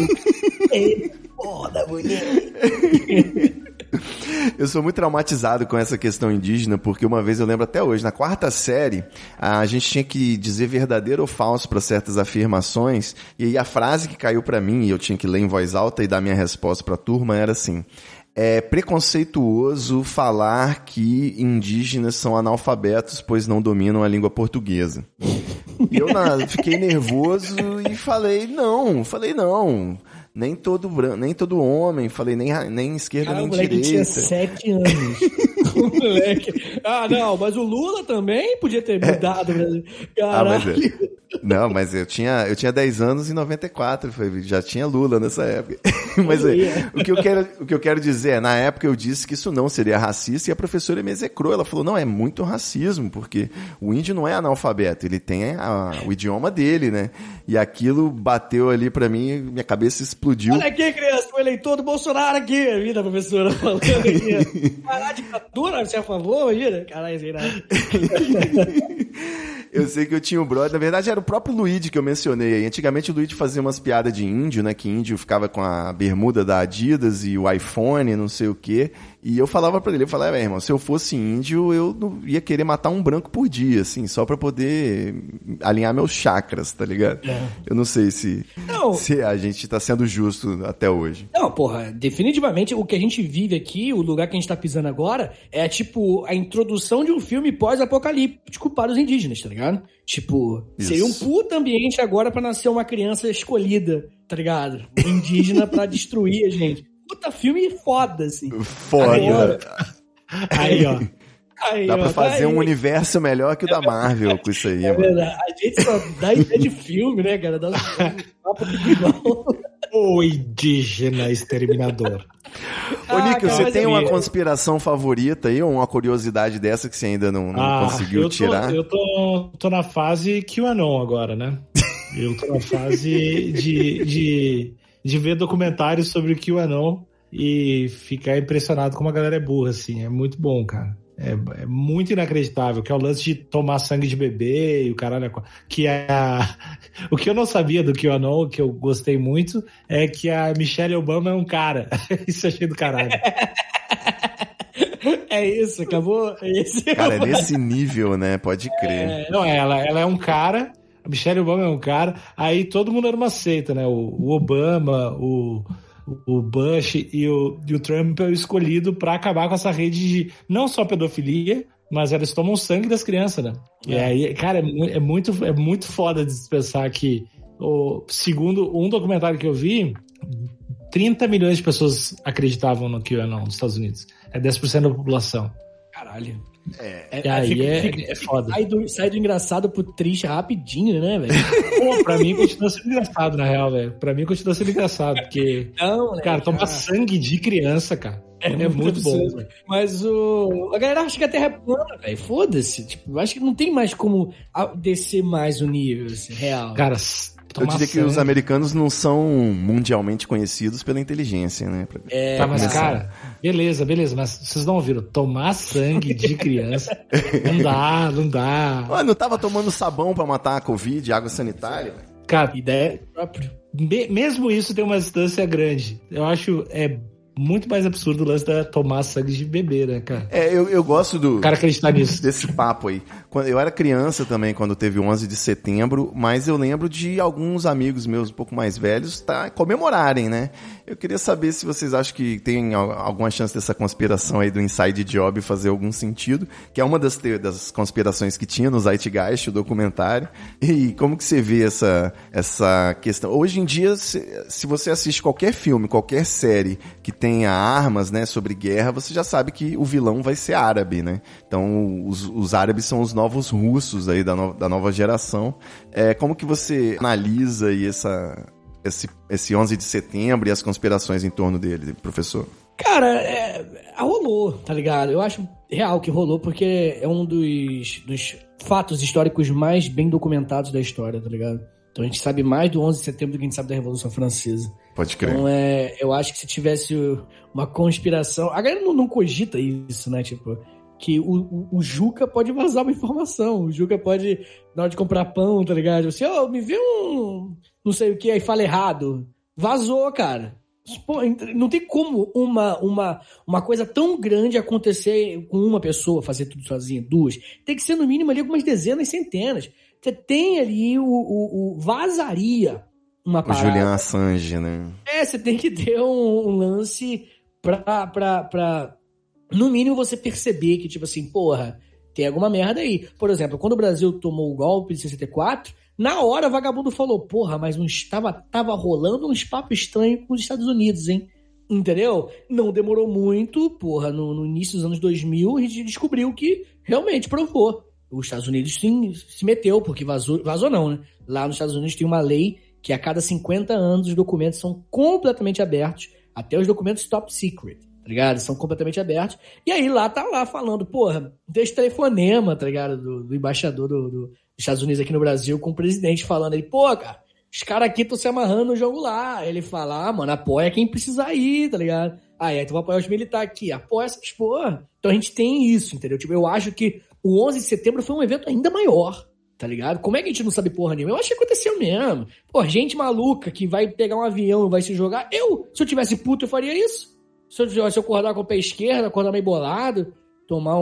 Foda, bonito. Eu sou muito traumatizado com essa questão indígena, porque uma vez eu lembro até hoje, na 4ª série, a gente tinha que dizer verdadeiro ou falso para certas afirmações, e aí a frase que caiu para mim, e eu tinha que ler em voz alta e dar minha resposta para a turma, era assim: é preconceituoso falar que indígenas são analfabetos, pois não dominam a língua portuguesa. E eu fiquei nervoso e falei não. Nem todo homem, falei, nem esquerda, nem direita. O moleque tinha 7 anos. O moleque. Não, mas o Lula também podia ter mudado. Caralho. Mas eu tinha 10 anos em 94, já tinha Lula nessa época. Mas o que eu quero dizer é, na época eu disse que isso não seria racista e a professora me execrou. Ela falou, não, é muito racismo, porque o índio não é analfabeto, ele tem o idioma dele, né? E aquilo bateu ali pra mim, minha cabeça explodiu. Olha aqui, criança, o eleitor do Bolsonaro aqui, a vida, professora, falando aqui. Parar a ditadura, você é a favor, imagina? Caralho, sei nada. Eu sei que eu tinha um brother, na verdade era o próprio Luigi que eu mencionei aí. Antigamente o Luigi fazia umas piadas de índio, né? Que índio ficava com a bermuda da Adidas e o iPhone, não sei o quê. E eu falava pra ele, irmão, se eu fosse índio, eu não ia querer matar um branco por dia, assim, só pra poder alinhar meus chakras, tá ligado? Eu não sei se a gente tá sendo justo até hoje. Não, porra, definitivamente o que a gente vive aqui, o lugar que a gente tá pisando agora, é tipo a introdução de um filme pós-apocalíptico para os indígenas, tá ligado? Tipo, seria um puta ambiente agora pra nascer uma criança escolhida, tá ligado? Indígena pra destruir a gente. Puta filme foda, assim. Foda. Aí, ó. Dá pra fazer um universo melhor que o da Marvel com isso aí, mano. Verdade. A gente só dá ideia de filme, né, cara? Dá um papo igual. O indígena exterminador. Ô, Nick, você tem uma conspiração favorita aí, ou uma curiosidade dessa que você ainda não conseguiu tirar? Eu tô na fase QAnon agora, né? Eu tô na fase de ver documentários sobre o QAnon e ficar impressionado como a galera é burra, assim. É muito bom, cara. É muito inacreditável, que é o lance de tomar sangue de bebê e o caralho. Que o que eu não sabia do QAnon, que eu gostei muito, é que a Michelle Obama é um cara. Isso eu achei do caralho. É isso, acabou. Cara, é nesse nível, né? Pode crer. Ela é um cara. A Michelle Obama é um cara. Aí todo mundo era uma seita, né? O Obama, o Bush e o Trump é o escolhido pra acabar com essa rede de não só pedofilia, mas eles tomam sangue das crianças, né? E aí, cara, é muito foda de pensar que, segundo um documentário que eu vi, 30 milhões de pessoas acreditavam no QAnon nos Estados Unidos. É 10% da população. Caralho. É foda. Sai do engraçado pro triste rapidinho, né, velho? Pô, pra mim continua sendo engraçado, na real, velho. Pra mim continua sendo engraçado, porque... Não, cara, tomar sangue de criança, cara, é muito bom. Mas a galera acha que a Terra é plana, velho. Foda-se. Tipo, acho que não tem mais como descer mais o nível, assim, real. Cara... Eu diria que os americanos não são mundialmente conhecidos pela inteligência, né? Mas cara, beleza, mas vocês não ouviram, tomar sangue de criança, não dá. Ué, não tava tomando sabão pra matar a Covid, água sanitária? Cara, ideia própria. Mesmo isso tem uma distância grande. Eu acho muito mais absurdo o lance da tomar sangue de bebê, né, cara? Eu gosto do... O cara acreditar nisso. Desse papo aí. Eu era criança também quando teve o 11 de setembro, mas eu lembro de alguns amigos meus um pouco mais velhos comemorarem, né? Eu queria saber se vocês acham que tem alguma chance dessa conspiração aí do Inside Job fazer algum sentido, que é uma das conspirações que tinha no Zeitgeist, o documentário. E como que você vê essa questão? Hoje em dia, se você assiste qualquer filme, qualquer série que tenha armas, né, sobre guerra, você já sabe que o vilão vai ser árabe, né? Então, os árabes são os novos russos aí da nova geração. Como que você analisa aí esse 11 de setembro e as conspirações em torno dele, professor? Cara, rolou, tá ligado? Eu acho real que rolou, porque é um dos fatos históricos mais bem documentados da história, tá ligado? Então a gente sabe mais do 11 de setembro do que a gente sabe da Revolução Francesa. Pode crer. Então eu acho que se tivesse uma conspiração... A galera não cogita isso, né? Tipo, que o Juca pode vazar uma informação. O Juca pode, na hora de comprar pão, tá ligado? Assim, me vê um... não sei o que, aí fala errado. Vazou, cara. Pô, não tem como uma coisa tão grande acontecer com uma pessoa, fazer tudo sozinha, duas. Tem que ser no mínimo ali algumas dezenas, centenas. Você tem ali vazaria uma parada. O Julian Assange, né? Você tem que ter um lance pra no mínimo você perceber que, tipo assim, porra, tem alguma merda aí. Por exemplo, quando o Brasil tomou o golpe de 64, na hora o vagabundo falou, porra, mas tava rolando uns papos estranhos com os Estados Unidos, hein? Entendeu? Não demorou muito, porra, no início dos anos 2000, a gente descobriu que realmente provou. Os Estados Unidos se meteu, porque vazou não, né? Lá nos Estados Unidos tem uma lei que a cada 50 anos os documentos são completamente abertos, até os documentos top secret, tá ligado? São completamente abertos. E aí lá tá lá falando, porra, deixa telefonema, tá ligado? Do embaixador dos Estados Unidos aqui no Brasil com o presidente falando aí, pô, cara, os caras aqui estão se amarrando no jogo lá. Ele fala, mano, apoia quem precisar ir, tá ligado? Aí tu vai apoiar os militares aqui, apoia essas porra. Então a gente tem isso, entendeu? Tipo, eu acho que o 11 de setembro foi um evento ainda maior, tá ligado? Como é que a gente não sabe porra nenhuma? Eu acho que aconteceu mesmo. Pô, gente maluca que vai pegar um avião e vai se jogar. Se eu tivesse puto, eu faria isso. Se eu acordar com o pé esquerdo, acordar meio bolado, tomar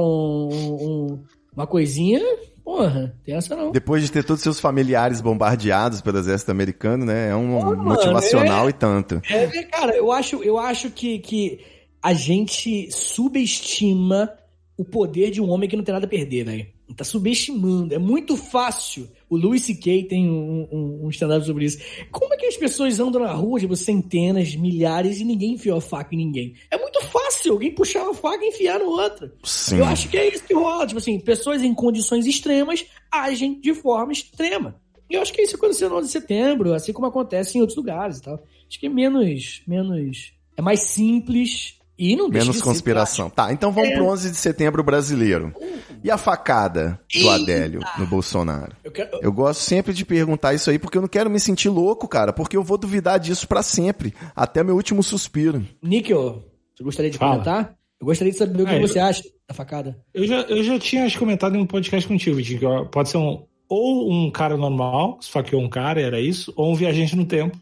uma coisinha, porra, tem essa não. Depois de ter todos os seus familiares bombardeados pelo exército americano, né? É motivacional e tanto. Cara, eu acho que a gente subestima o poder de um homem que não tem nada a perder, velho. Tá subestimando. É muito fácil. O Louis C.K. tem um stand-up sobre isso. Como é que as pessoas andam na rua, tipo, centenas, milhares, e ninguém enfiou a faca em ninguém? É muito fácil alguém puxar uma faca e enfiar no outro. Sim. Eu acho que é isso que rola. Tipo assim, pessoas em condições extremas agem de forma extrema. E eu acho que isso aconteceu no 11 de setembro, assim como acontece em outros lugares e tal. Acho que é menos... É mais simples... E não deixa menos conspiração. Tá, então vamos pro 11 de setembro brasileiro. E a facada do Adélio no Bolsonaro? Eu gosto sempre de perguntar isso aí, porque eu não quero me sentir louco, cara, porque eu vou duvidar disso pra sempre, até meu último suspiro. Níquel, você gostaria de comentar? Eu gostaria de saber o que você acha da facada. Eu já tinha comentado em um podcast contigo, que pode ser ou um cara normal, que esfaqueou um cara, era isso, ou um viajante no tempo,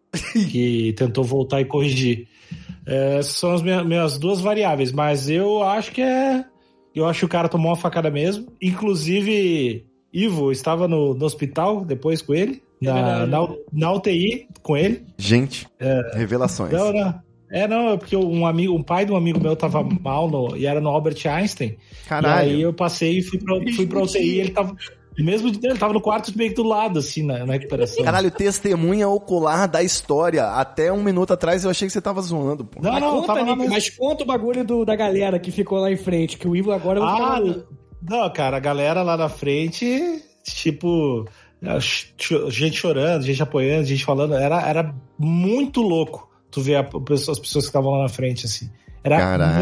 que tentou voltar e corrigir. Essas são as minhas duas variáveis, mas eu acho que eu acho que o cara tomou uma facada mesmo. Inclusive, Ivo estava no hospital depois com ele, na UTI com ele. Gente, revelações. Não, é porque um pai de um amigo meu tava mal e era no Albert Einstein. Caralho. E aí eu passei e fui pra UTI e ele tava... Ele tava no quarto meio que do lado, assim, na recuperação. Caralho, testemunha ocular da história. Até um minuto atrás eu achei que você tava zoando, pô. Mas conta o bagulho da galera que ficou lá em frente, que o Ivo agora... Não, cara, a galera lá na frente, tipo... Gente chorando, gente apoiando, gente falando. Era muito louco tu ver as pessoas que estavam lá na frente, assim. Era Caralho.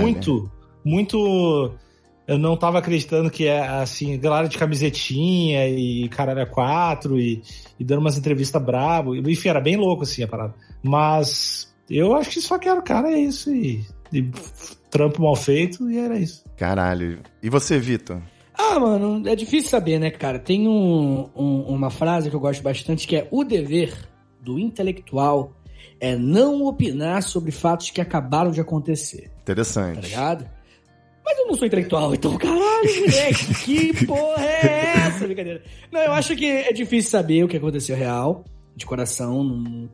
muito... Eu não tava acreditando que assim, galera de camisetinha e caralho 4 e dando umas entrevistas brabo. Enfim, era bem louco, assim, a parada. Mas eu acho que só quero cara, é isso. E trampo mal feito, e era isso. Caralho. E você, Vitor? Mano, é difícil saber, né, cara? Tem uma frase que eu gosto bastante, que é: o dever do intelectual é não opinar sobre fatos que acabaram de acontecer. Interessante. Tá ligado? Mas eu não sou intelectual, então, caralho, moleque, que porra é essa, brincadeira? Não, eu acho que é difícil saber o que aconteceu real, de coração.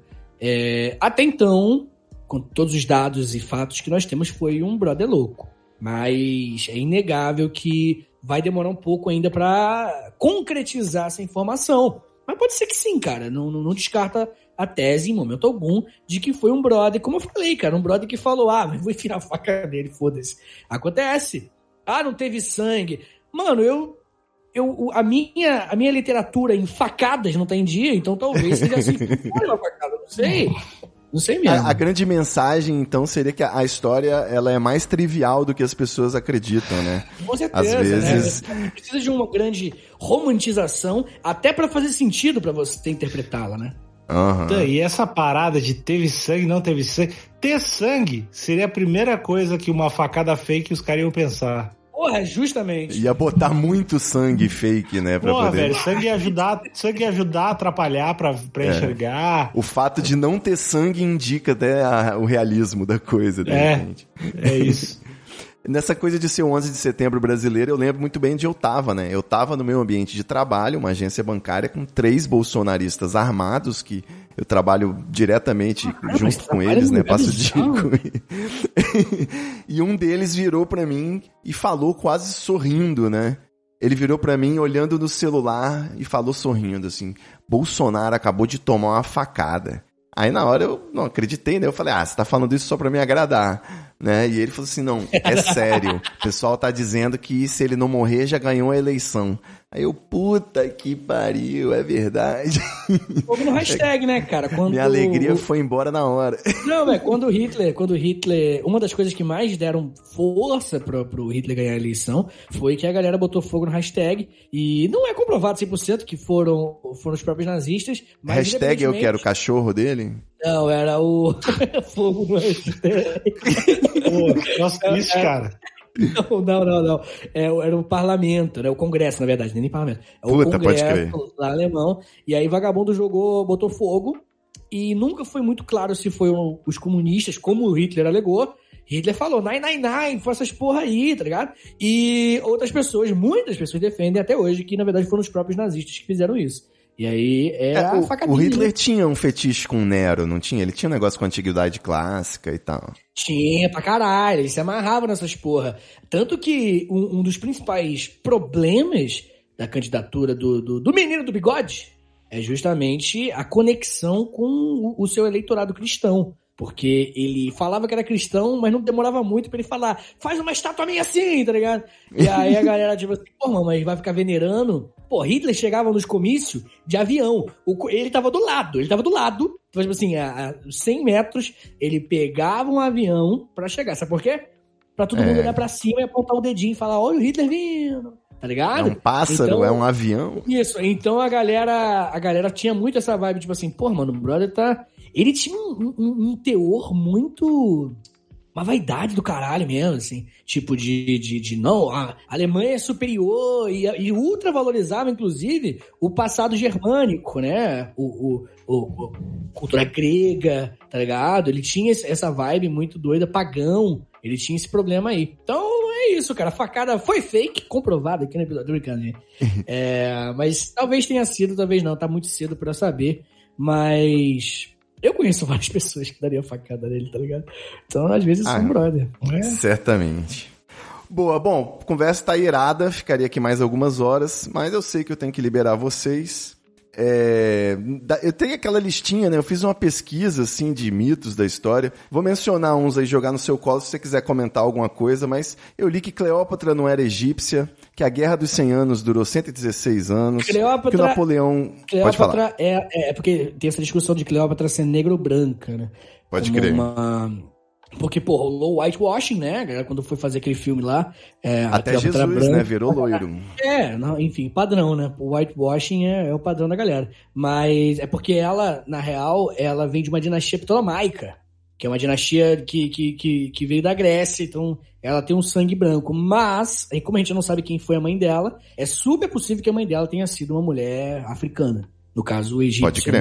Até então, com todos os dados e fatos que nós temos, foi um brother louco. Mas é inegável que vai demorar um pouco ainda pra concretizar essa informação. Mas pode ser que sim, cara. Não descarta a tese, em momento algum, de que foi um brother, como eu falei, cara, um brother que falou, vou enfiar a faca nele, foda-se. Acontece. Não teve sangue. Mano, a minha literatura em facadas não tá em dia, então talvez seja assim, foi uma facada, não sei. Não sei mesmo. A grande mensagem, então, seria que a história ela é mais trivial do que as pessoas acreditam, né? Com certeza, às vezes... né? Precisa de uma grande romantização até pra fazer sentido pra você interpretá-la, né? Uhum. Então, e essa parada de teve sangue, não teve sangue... Ter sangue seria a primeira coisa que uma facada fake os caras iam pensar. Porra, justamente. Ia botar muito sangue fake, né? Pra poder... velho, sangue ia ajudar a atrapalhar pra enxergar. O fato de não ter sangue indica até o realismo da coisa, de repente. É isso. Nessa coisa de ser o 11 de setembro brasileiro, eu lembro muito bem onde eu tava, né? Eu tava no meu ambiente de trabalho, uma agência bancária com 3 bolsonaristas armados, que eu trabalho diretamente junto com eles, né? Passo o dia com eles. E um deles virou pra mim e falou quase sorrindo, né? Ele virou pra mim olhando no celular e falou sorrindo assim, Bolsonaro acabou de tomar uma facada. Aí na hora eu não acreditei, né? Eu falei, você tá falando isso só pra me agradar, né? E ele falou assim, não, é sério. O pessoal tá dizendo que se ele não morrer, já ganhou a eleição. Aí eu, puta que pariu, é verdade. Fogo no hashtag, né, cara? Minha alegria foi embora na hora. Não, velho, quando Hitler... Uma das coisas que mais deram força pro Hitler ganhar a eleição foi que a galera botou fogo no hashtag. E não é comprovado 100% que foram os próprios nazistas. Mas hashtag eu quero o cachorro dele? Não, era o fogo no hashtag. Pô, nossa, isso, cara. Não. Era o parlamento, né? O congresso, na verdade, nem parlamento. É o congresso lá alemão. E aí vagabundo botou fogo. E nunca foi muito claro se foi os comunistas, como o Hitler alegou. Hitler falou, nine, foi essas porra aí, tá ligado? E outras pessoas, muitas pessoas defendem até hoje que, na verdade, foram os próprios nazistas que fizeram isso. E aí a facadinha. O Hitler tinha um fetiche com Nero, não tinha? Ele tinha um negócio com a antiguidade clássica e tal. Tinha pra caralho, ele se amarrava nessas porra. Tanto que um dos principais problemas da candidatura do menino do bigode é justamente a conexão com o seu eleitorado cristão. Porque ele falava que era cristão, mas não demorava muito pra ele falar, faz uma estátua minha assim, tá ligado? E aí a galera tipo assim, pô, mas vai ficar venerando? Pô, Hitler chegava nos comícios de avião, ele tava do lado, tipo assim, a 100 metros, ele pegava um avião pra chegar, sabe por quê? Pra todo mundo olhar pra cima e apontar o dedinho e falar, olha o Hitler vindo, tá ligado? É um pássaro, então, é um avião. Isso, então a galera tinha muito essa vibe, tipo assim, pô, mano, o brother tá... Ele tinha um teor muito... Uma vaidade do caralho mesmo, assim. Tipo de não, a Alemanha é superior e ultra valorizava, inclusive, o passado germânico, né? Cultura grega, tá ligado? Ele tinha essa vibe muito doida, pagão. Ele tinha esse problema aí. Então, é isso, cara. A facada foi fake, comprovado aqui no episódio. Tô brincando, gente. Mas talvez tenha sido, talvez não. Tá muito cedo pra saber. Mas... Eu conheço várias pessoas que dariam facada nele, tá ligado? Então, às vezes, são brother. Certamente. Boa, bom, a conversa tá irada, ficaria aqui mais algumas horas, mas eu sei que eu tenho que liberar vocês. Eu tenho aquela listinha, né? Eu fiz uma pesquisa, assim, de mitos da história. Vou mencionar uns aí, jogar no seu colo, se você quiser comentar alguma coisa, mas eu li que Cleópatra não era egípcia, que a Guerra dos 100 Anos durou 116 anos, que o Napoleão... Pode falar. É porque tem essa discussão de Cleópatra ser negra ou branca, né? Pode crer. Porque, pô, rolou whitewashing, né, galera, quando foi fazer aquele filme lá. Até Jesus, branca, né, virou loiro. Enfim, padrão, né, o whitewashing é o padrão da galera. Mas é porque ela, na real, ela vem de uma dinastia ptolomaica, que é uma dinastia que veio da Grécia, então ela tem um sangue branco. Mas, como a gente não sabe quem foi a mãe dela, é super possível que a mãe dela tenha sido uma mulher africana, no caso, egípcia. Pode crer.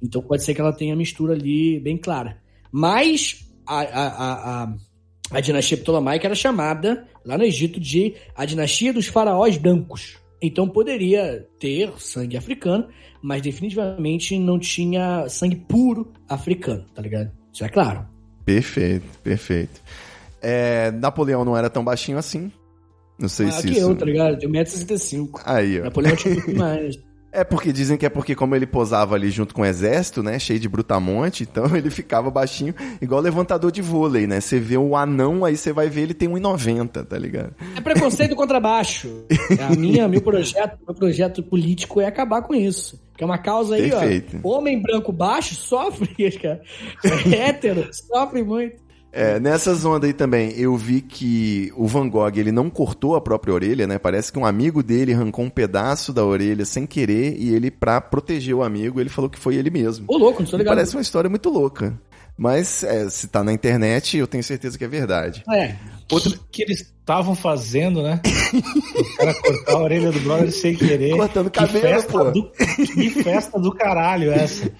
Então pode ser que ela tenha a mistura ali bem clara. Mas a dinastia ptolomaica era chamada, lá no Egito, de a dinastia dos faraós brancos. Então poderia ter sangue africano, mas definitivamente não tinha sangue puro africano, tá ligado? Isso é claro. Perfeito, perfeito. Napoleão não era tão baixinho assim. Não sei se que isso... eu, tá ligado? Eu tenho 1,65 m. Aí, ó. Napoleão tinha um pouco mais. Porque dizem que é porque como ele posava ali junto com o exército, né, cheio de brutamonte, então ele ficava baixinho, igual levantador de vôlei, né? Você vê um anão, aí você vai ver ele tem 1,90, tá ligado? É preconceito contra baixo. Meu projeto político é acabar com isso. Que é uma causa aí, perfeito. Ó. Homem branco baixo sofre, cara. Hétero, sofre muito. Nessas ondas aí também, eu vi que o Van Gogh, ele não cortou a própria orelha, né? Parece que um amigo dele arrancou um pedaço da orelha sem querer e ele, pra proteger o amigo, ele falou que foi ele mesmo. Ô, louco, não tô ligado. Parece uma história muito louca. Mas, se tá na internet, eu tenho certeza que é verdade. Outro que eles estavam fazendo, né? O cara cortar a orelha do brother sem querer. Cortando cabelo, pô. Que festa do caralho essa.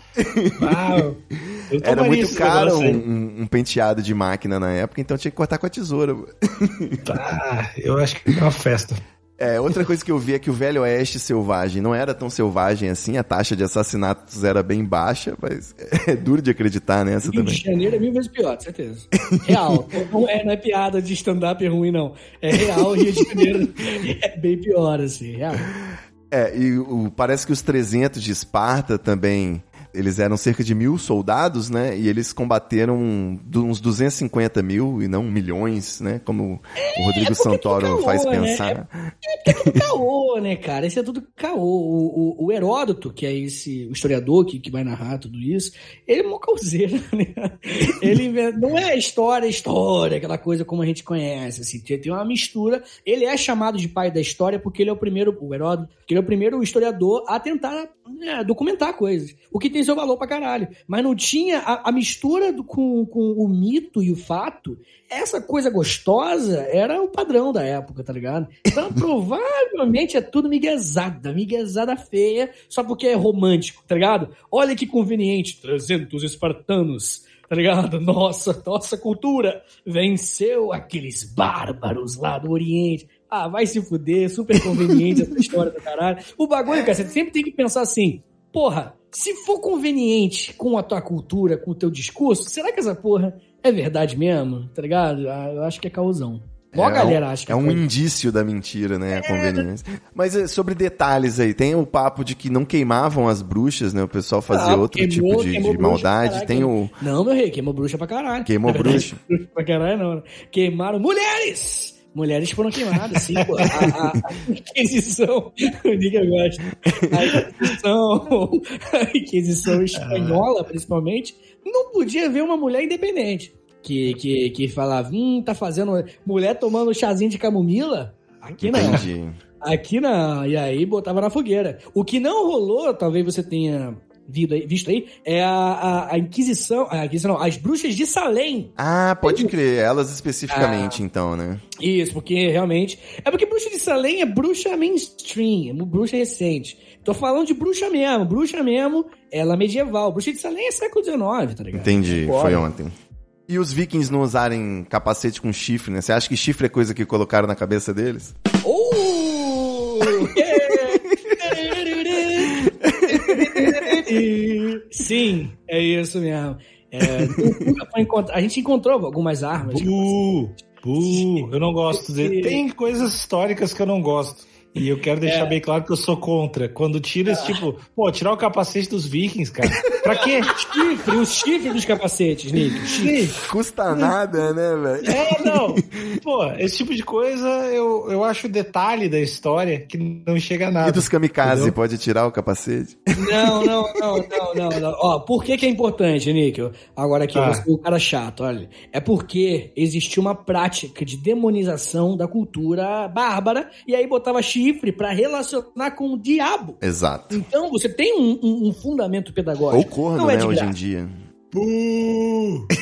Era muito caro um penteado de máquina na época, então tinha que cortar com a tesoura. Eu acho que é uma festa. Outra coisa que eu vi é que o Velho Oeste selvagem não era tão selvagem assim, a taxa de assassinatos era bem baixa, mas é duro de acreditar nessa também. Rio de Janeiro é 1000 vezes pior, com certeza. Real. Não é piada de stand-up ruim, não. É real, Rio de Janeiro é bem pior, assim, real. Parece que os 300 de Esparta também... Eles eram cerca de 1.000 soldados, né? E eles combateram uns 250 mil e não milhões, né? Como o Rodrigo Santoro faz pensar. É tudo caô, né, cara? Isso é tudo caô. O Heródoto, que é o historiador que vai narrar tudo isso, ele é mó causeiro, né? Ele não é história, aquela coisa como a gente conhece, assim. Tem uma mistura. Ele é chamado de pai da história porque ele é o Heródoto, porque ele é o primeiro historiador a tentar documentar coisas. O que tem seu valor pra caralho. Mas não tinha a mistura com o mito e o fato. Essa coisa gostosa era o padrão da época, tá ligado? Então, provavelmente é tudo miguezada feia, só porque é romântico, tá ligado? Olha que conveniente, 300 espartanos, tá ligado? Nossa cultura venceu aqueles bárbaros lá do Oriente. Vai se fuder, super conveniente essa história do caralho. O bagulho, cara, você sempre tem que pensar assim, porra, se for conveniente com a tua cultura, com o teu discurso, será que essa porra é verdade mesmo? Tá ligado? Eu acho que é causão. Galera acha que é um indício da mentira, né? A conveniência. Mas sobre detalhes aí, tem o papo de que não queimavam as bruxas, né? O pessoal fazia outro tipo de maldade. Tem o... Não, meu rei, queimou bruxa pra caralho. Queimou bruxa? Bruxa pra caralho, não. Queimaram mulheres! Mulheres foram queimadas, sim, pô. A Inquisição, o Niga gosta. A Inquisição espanhola, principalmente, não podia ver uma mulher independente. Que falava, tá fazendo mulher tomando chazinho de camomila? Aqui não. Entendi. Aqui não. E aí botava na fogueira. O que não rolou, talvez você tenha visto aí, é a Inquisição, as bruxas de Salem. Pode crer, elas especificamente, então, né? Isso, porque realmente... É porque bruxa de Salem é bruxa mainstream, é bruxa recente. Tô falando de bruxa mesmo, ela medieval. Bruxa de Salem é século XIX, tá ligado? Entendi, foi ontem. E os vikings não usarem capacete com chifre, né? Você acha que chifre é coisa que colocaram na cabeça deles? Sim, é isso mesmo. A gente encontrou algumas armas. Eu não gosto dele. Tem coisas históricas que eu não gosto. E eu quero deixar bem claro que eu sou contra. Quando tira esse tipo... tirar o capacete dos vikings, cara. Pra quê? Os chifres dos capacetes, Nick. Sim. Custa nada, né, velho? Não. Esse tipo de coisa eu acho detalhe da história que não chega a nada. E dos kamikaze, pode tirar o capacete? Não. Por que é importante, Nick? Agora aqui, eu sou o cara chato, olha. É porque existia uma prática de demonização da cultura bárbara e aí botava chifre pra relacionar com o diabo. Exato. Então, você tem um fundamento pedagógico. Ou corno, né, hoje em dia.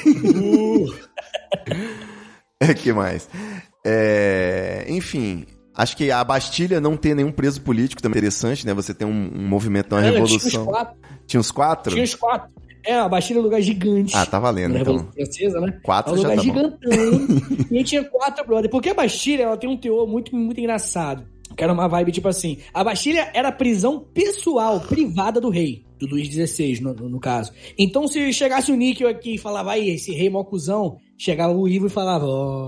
Que mais? Enfim, Acho que a Bastilha não ter nenhum preso político também é interessante, né? Você tem um movimento, uma revolução. Tinha uns 4? Tinha uns 4. A Bastilha é um lugar gigante. Tá valendo, na então. Revolução Francesa, né? 4 é um já lugar tá gigantão. E aí tinha 4 brothers. Porque a Bastilha, ela tem um teor muito, muito engraçado. Que era uma vibe tipo assim. A Bastilha era a prisão pessoal, privada do rei. Do Luís XVI, no caso. Então, se chegasse o Níquel aqui e falava, aí, esse rei mó cuzão, chegava o Ivo e falava,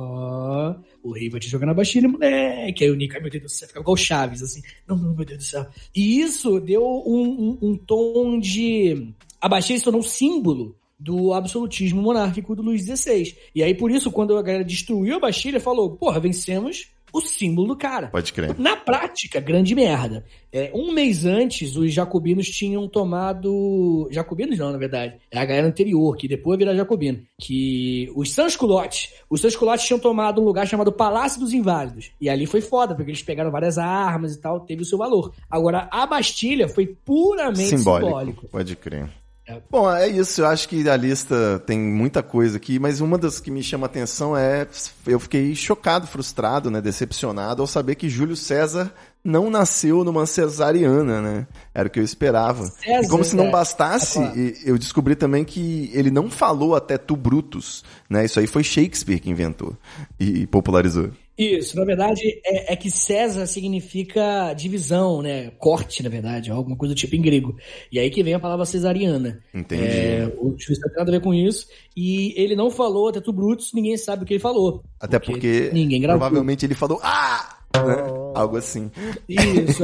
o rei vai te jogar na Bastilha, moleque. Aí o Níquel, meu Deus do céu, ficava igual o Chaves, assim. Não, meu Deus do céu. E isso deu um tom de... A Bastilha se tornou um símbolo do absolutismo monárquico do Luís XVI. E aí, por isso, quando a galera destruiu a Bastilha, falou, porra, vencemos o símbolo do cara. Pode crer. Na prática, grande merda. Um mês antes, os jacobinos tinham tomado... Jacobinos não, na verdade. É a galera anterior, que depois virar jacobino. Que os sans-culottes tinham tomado um lugar chamado Palácio dos Inválidos. E ali foi foda, porque eles pegaram várias armas e tal, teve o seu valor. Agora, a Bastilha foi puramente simbólico. Pode crer. Bom, é isso, eu acho que a lista tem muita coisa aqui, mas uma das que me chama a atenção eu fiquei chocado, frustrado, né, decepcionado ao saber que Júlio César não nasceu numa cesariana, né, era o que eu esperava. César, e como se não bastasse, eu descobri também que ele não falou até tu Brutus, né, isso aí foi Shakespeare que inventou e popularizou. Isso, na verdade, é que César significa divisão, né? Corte, na verdade, alguma coisa do tipo em grego. E aí que vem a palavra cesariana. Entendi. O juiz tem nada a ver com isso. E ele não falou até tu Brutus, ninguém sabe o que ele falou. Até porque ninguém gravou. Provavelmente ele falou, né? Algo assim. Isso,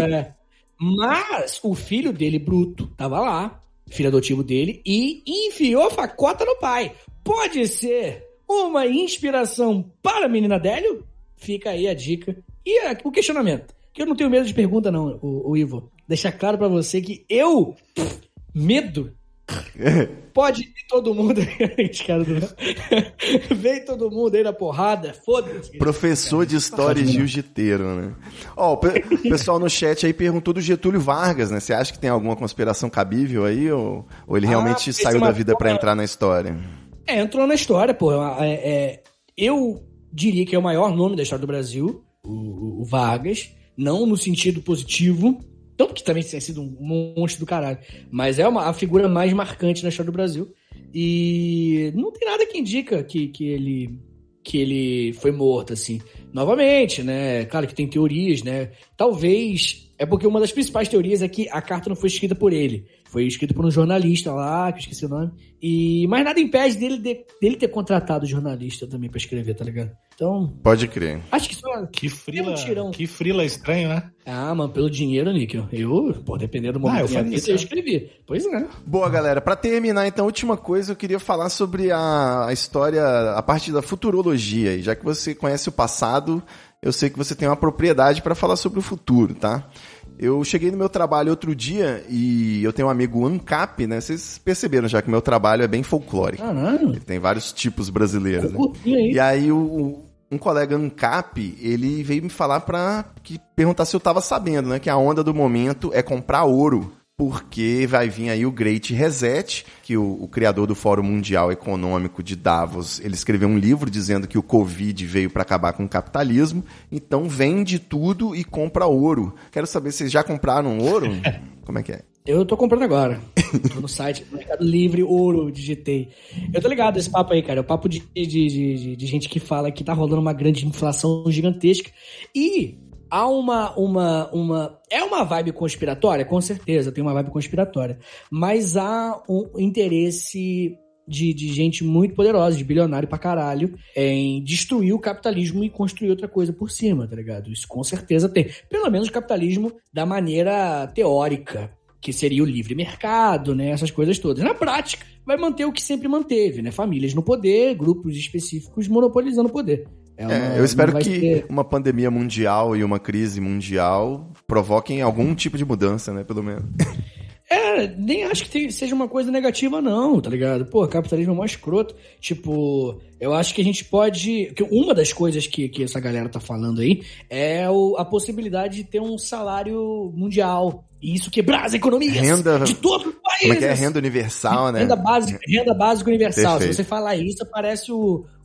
Mas o filho dele, Bruto, tava lá, filho adotivo dele, e enfiou a facota no pai. Pode ser uma inspiração para a menina Délio? Fica aí a dica. E o questionamento. Que eu não tenho medo de pergunta, não, o Ivo. Deixar claro pra você que medo. Pode ir todo mundo. Vem todo mundo aí na porrada. Foda-se. Professor de história e jiu-jiteiro, né? O pessoal no chat aí perguntou do Getúlio Vargas, né? Você acha que tem alguma conspiração cabível aí? Ou ele realmente saiu da vida pra entrar na história? Entrou na história, pô. Eu diria que é o maior nome da história do Brasil, o Vargas, não no sentido positivo, tanto que também tem sido um monstro do caralho, mas é a figura mais marcante na história do Brasil, e não tem nada que indica que ele foi morto, assim. Novamente, né, claro que tem teorias, né, talvez, é porque uma das principais teorias é que a carta não foi escrita por ele, foi escrito por um jornalista lá, que eu esqueci o nome. Mas nada impede dele ter contratado o jornalista também pra escrever, tá ligado? Então... Pode crer. Acho que só... Que frila estranho, né? Mano, pelo dinheiro, Níquel. Dependendo do momento eu escrevi. Pois é. Boa, galera. Pra terminar, então, a última coisa, eu queria falar sobre a história, a parte da futurologia. E já que você conhece o passado, eu sei que você tem uma propriedade pra falar sobre o futuro, tá? Eu cheguei no meu trabalho outro dia e eu tenho um amigo ANCAP, né? Vocês perceberam já que meu trabalho é bem folclórico. Caralho. Ele tem vários tipos brasileiros, né? E aí um colega ANCAP, ele veio me falar perguntar se eu tava sabendo, né? Que a onda do momento é comprar ouro. Porque vai vir aí o Great Reset, que o criador do Fórum Mundial Econômico de Davos, ele escreveu um livro dizendo que o Covid veio para acabar com o capitalismo, então vende tudo e compra ouro. Quero saber, vocês já compraram ouro? Como é que é? Eu tô comprando agora. Tô no site do Mercado Livre, ouro, digitei. Eu tô ligado esse papo aí, cara. É o papo de gente que fala que tá rolando uma grande inflação gigantesca. E há é uma vibe conspiratória? Com certeza, tem uma vibe conspiratória. Mas há um interesse de gente muito poderosa, de bilionário pra caralho, em destruir o capitalismo e construir outra coisa por cima, tá ligado? Isso com certeza tem. Pelo menos o capitalismo da maneira teórica, que seria o livre mercado, né? Essas coisas todas. Na prática, vai manter o que sempre manteve, né? Famílias no poder, grupos específicos monopolizando o poder. Eu espero que uma pandemia mundial e uma crise mundial provoquem algum tipo de mudança, né? Pelo menos. Nem acho que seja uma coisa negativa, não, tá ligado? Pô, capitalismo é mó escroto. Tipo, eu acho que a gente pode... Uma das coisas que essa galera tá falando aí é a possibilidade de ter um salário mundial. E isso quebrar as economias de todos os países. Como é que é? Renda universal, né? Renda básica universal. Perfeito. Se você falar isso, parece o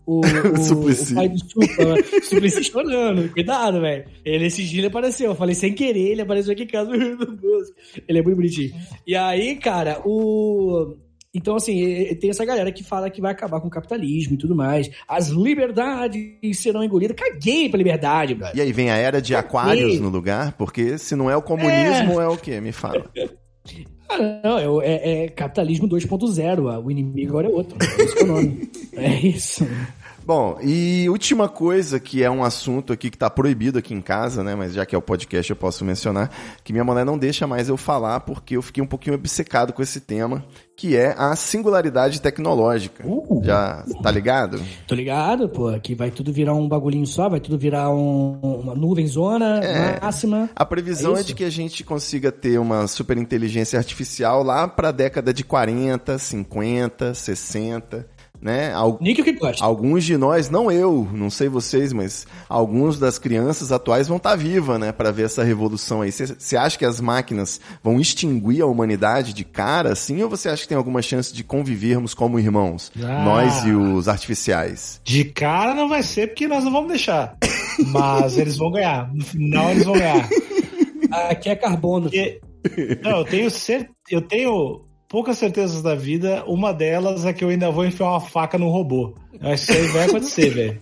Suplicy. O pai do Suplicy chorando. Cuidado, velho. Esses dias ele apareceu. Eu falei sem querer, ele apareceu aqui em casa. Meu Deus. Ele é muito bonitinho. E aí, cara, Então, assim, tem essa galera que fala que vai acabar com o capitalismo e tudo mais. As liberdades serão engolidas. Caguei pra liberdade, brother. E aí vem a era de Aquários no lugar? Porque se não é o comunismo, é o quê? Me fala. Não, é capitalismo 2.0. O inimigo agora é outro. É esse que é o nome. É isso. Bom, e última coisa, que é um assunto aqui que tá proibido aqui em casa, né? Mas já que é o podcast eu posso mencionar, que minha mulher não deixa mais eu falar porque eu fiquei um pouquinho obcecado com esse tema, que é a singularidade tecnológica. Já tá ligado? Tô ligado, pô, que vai tudo virar um bagulhinho só, vai tudo virar uma nuvem zona máxima. A previsão é de que a gente consiga ter uma superinteligência artificial lá pra década de 40, 50, 60... né? Nick, o que gosta? Alguns de nós, não eu, não sei vocês, mas alguns das crianças atuais vão estar vivas, né, para ver essa revolução aí. Você acha que as máquinas vão extinguir a humanidade de cara, assim, ou você acha que tem alguma chance de convivermos como irmãos, nós e os artificiais? De cara não vai ser, porque nós não vamos deixar. Mas eles vão ganhar. No final eles vão ganhar. Aqui é carbono. Não, eu tenho poucas certezas da vida, uma delas é que eu ainda vou enfiar uma faca no robô. Eu acho que isso aí vai acontecer, velho.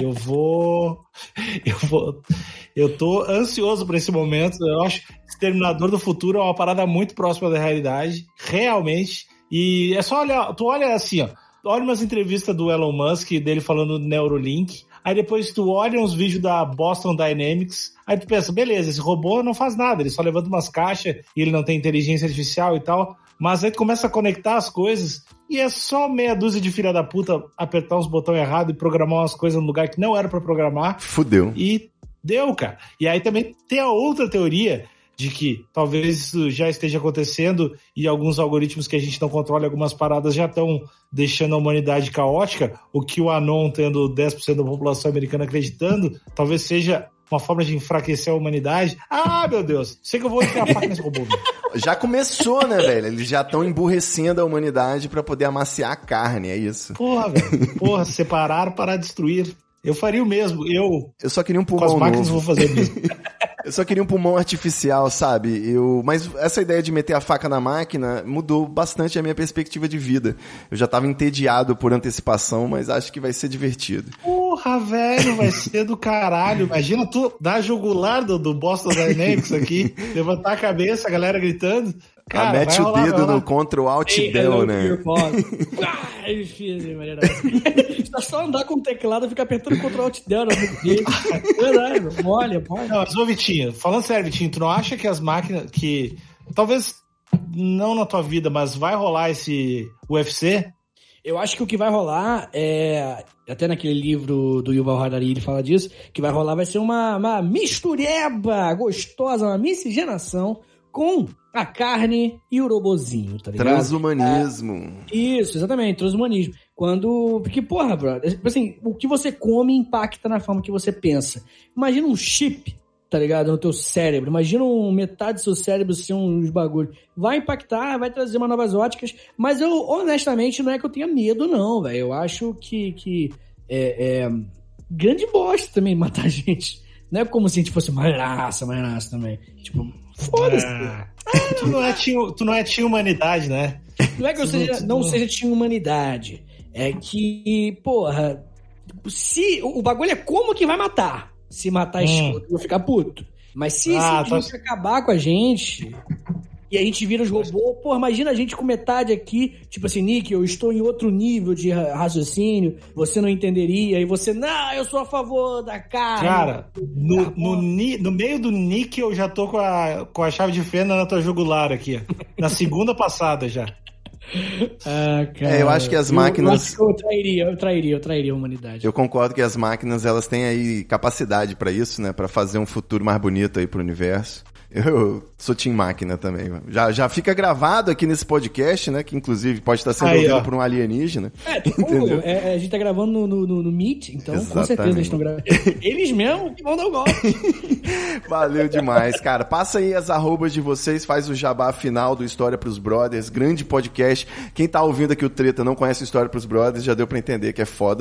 Eu tô ansioso por esse momento. Eu acho que Exterminador do Futuro é uma parada muito próxima da realidade, realmente. E é só olhar, tu olha assim, ó, olha umas entrevistas do Elon Musk, dele falando do Neuralink, aí depois tu olha uns vídeos da Boston Dynamics, aí tu pensa, beleza, esse robô não faz nada, ele só levanta umas caixas e ele não tem inteligência artificial e tal. Mas aí tu começa a conectar as coisas e é só meia dúzia de filha da puta apertar os botões errados e programar umas coisas no lugar que não era pra programar. Fudeu. E deu, cara. E aí também tem a outra teoria de que talvez isso já esteja acontecendo e alguns algoritmos que a gente não controla, algumas paradas já estão deixando a humanidade caótica. O que o Anon, tendo 10% da população americana acreditando, talvez seja uma forma de enfraquecer a humanidade. Ah, meu Deus, sei que eu vou enfiar a faca nesse robô. Já começou, né, velho? Eles já estão emburrecendo a humanidade pra poder amaciar a carne, é isso. Porra, velho. Porra, separar para destruir. Eu faria o mesmo. Eu só queria um pulmão novo. Com as máquinas novo. vou fazer o mesmo. Eu só queria um pulmão artificial, sabe? Mas essa ideia de meter a faca na máquina mudou bastante a minha perspectiva de vida. Eu já tava entediado por antecipação, mas acho que vai ser divertido. Porra, velho, vai ser do caralho. Imagina tu dar jugular do Boston Dynamics aqui, levantar a cabeça, a galera gritando. Cara, mete o dedo no Ctrl Alt Del, né? É só andar com o teclado e ficar apertando o Ctrl Alt Del na verdade, molha. Não, mas ô Vitinho, falando sério, Vitinho, tu não acha que as máquinas que talvez não na tua vida, mas vai rolar esse UFC? Eu acho que o que vai rolar é, até naquele livro do Yuval Harari ele fala disso, que vai rolar vai ser uma mistureba gostosa, uma miscigenação com a carne e o robozinho, tá ligado? Transhumanismo. Isso, exatamente, transhumanismo. Porque, porra, brother, assim, o que você come impacta na forma que você pensa. Imagina um chip, tá ligado, no teu cérebro. Imagina metade do seu cérebro ser uns bagulho. Vai impactar, vai trazer umas novas óticas, mas eu, honestamente, não é que eu tenha medo, não, velho. Eu acho que é grande bosta também matar gente. Não é como se a gente fosse mais raça também. Tipo, foda-se. Tu não é tinha humanidade, né? Não é que eu não seja tinha humanidade. É que, porra, se o bagulho é como que vai matar. Se matar escroto, eu vou ficar puto. Mas se esse acabar com a gente e a gente vira os robôs, porra, imagina a gente com metade aqui, tipo assim, Nick, eu estou em outro nível de raciocínio, você não entenderia, e você, não, eu sou a favor da carne. Cara, no meio do Nick eu já tô com a chave de fenda na tua jugular aqui, ó. Na segunda passada já. Cara, eu acho que as máquinas... Eu trairia a humanidade. Eu concordo que as máquinas, elas têm aí capacidade pra isso, né? Pra fazer um futuro mais bonito aí pro universo. Eu sou team máquina também. Já fica gravado aqui nesse podcast, né? Que inclusive pode estar sendo ouvido por um alienígena. A gente tá gravando no Meet, então exatamente. Com certeza eles estão gravando. Eles mesmo que vão dar o golpe. Valeu demais, cara. Passa aí as arrobas de vocês, faz o jabá final do História pros Brothers, grande podcast. Quem tá ouvindo aqui o Treta não conhece o História pros Brothers, já deu pra entender que é foda.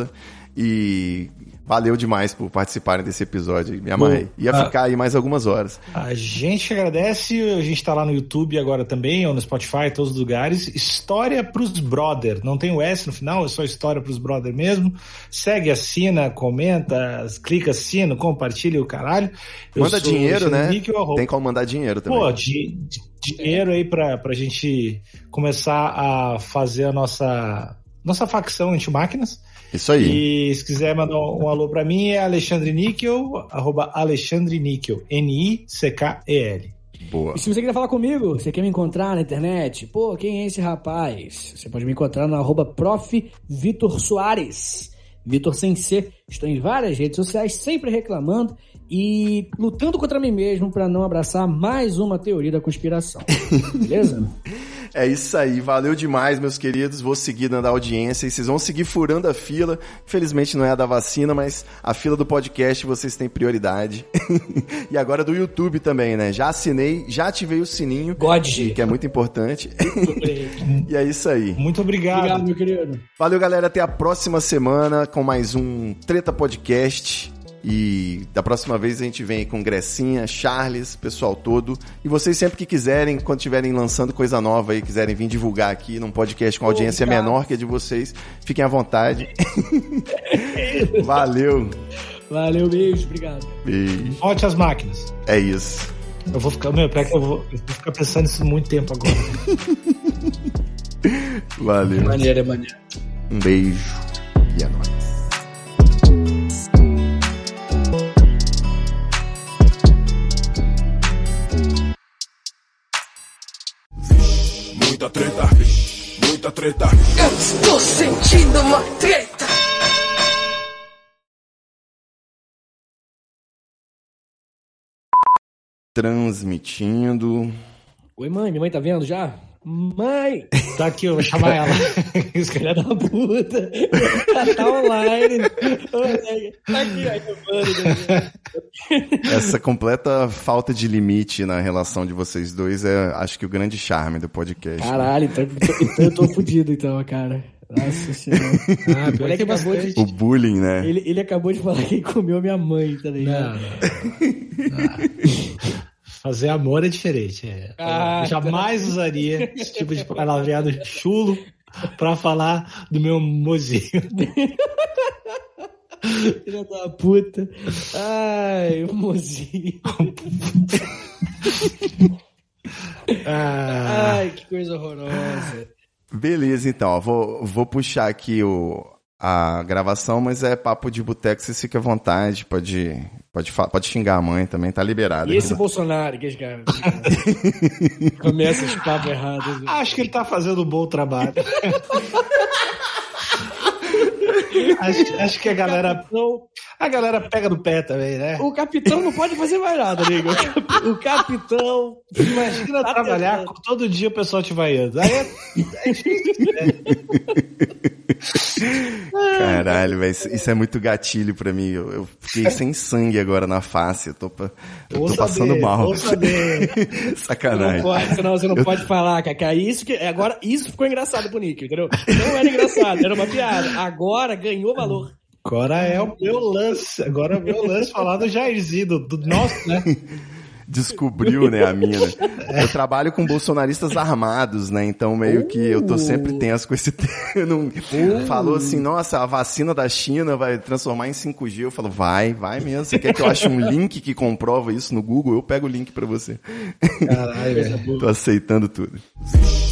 E valeu demais por participarem desse episódio. Me amarrei. Ia ficar aí mais algumas horas. A gente agradece. A gente tá lá no YouTube agora também, ou no Spotify, todos os lugares. História pros brother. Não tem o S no final, é só História pros brother mesmo. Segue, assina, comenta, clica, assina, compartilha o caralho. Manda dinheiro, né? Níquel, tem como mandar dinheiro também. Pô, dinheiro aí pra gente começar a fazer a nossa facção anti-máquinas. Isso aí. E se quiser mandar um alô pra mim, é Alexandre Níquel, @Alexandre Níquel, N-I-C-K-E-L. Boa. E se você quiser falar comigo, você quer me encontrar na internet, pô, quem é esse rapaz? Você pode me encontrar no @Prof. Vitor Soares. Vitor sem C. Estou em várias redes sociais, sempre reclamando e lutando contra mim mesmo pra não abraçar mais uma teoria da conspiração. Beleza? É isso aí, valeu demais, meus queridos. Vou seguir dando audiência e vocês vão seguir furando a fila. Infelizmente não é a da vacina, mas a fila do podcast vocês têm prioridade. E agora do YouTube também, né? Já assinei, já ativei o sininho, que é muito importante. E é isso aí. Muito obrigado. Obrigado, meu querido. Valeu, galera. Até a próxima semana com mais um Treta Podcast. E da próxima vez a gente vem aí com Grecinha, Charles, pessoal todo. E vocês sempre que quiserem, quando estiverem lançando coisa nova aí, quiserem vir divulgar aqui num podcast com audiência menor que a de vocês, fiquem à vontade. Valeu. Valeu, beijo, obrigado. Beijo. Volte às máquinas. É isso. Eu vou ficar ficar pensando nisso muito tempo agora. Valeu. Maneiro. Um beijo e é nóis. Muita treta. Eu estou sentindo uma treta. Transmitindo. Oi, mãe, minha mãe tá vendo já? Mãe! Tá aqui, eu vou chamar ela. Filha da puta! Tá online. Tá aqui, aí, Essa completa falta de limite na relação de vocês dois é, acho que, o grande charme do podcast. Caralho, então eu tô fudido, então, cara. Nossa senhora. O moleque acabou de... O bullying, né? Ele acabou de falar que comeu minha mãe, tá ligado? Não. Fazer amor é diferente. Eu jamais usaria esse tipo de palavreado chulo pra falar do meu mozinho. Filha da puta. Ai, o mozinho. Ai, que coisa horrorosa. Beleza, então. Ó, vou puxar aqui a gravação, mas é papo de boteco, você fica à vontade, pode xingar a mãe também, tá liberado. E esse Bolsonaro, que esse cara começa esse papo errado. Acho que ele tá fazendo um bom trabalho. Acho que a galera pega no pé também, né? O capitão não pode fazer mais nada, amigo. O capitão... Imagina trabalhar, todo dia o pessoal te vaiando. Aí é difícil, né? Caralho, velho, isso é muito gatilho pra mim. Eu fiquei sem sangue agora na face. Eu tô passando mal. Vou saber. Sacanagem. Você não pode falar, Cacá. Isso ficou engraçado pro Nick, entendeu? Não era engraçado, era uma piada. Agora ganhou valor. Agora é o meu lance. Agora é o meu lance falar do Jairzinho, do nosso, né? Descobriu, né, a mina. Eu trabalho com bolsonaristas armados, né, então meio que eu tô sempre tenso com esse tema. Falou assim, nossa, a vacina da China vai transformar em 5G. Eu falo, vai mesmo. Você quer que eu ache um link que comprova isso no Google? Eu pego o link pra você. Caralho, Tô aceitando tudo.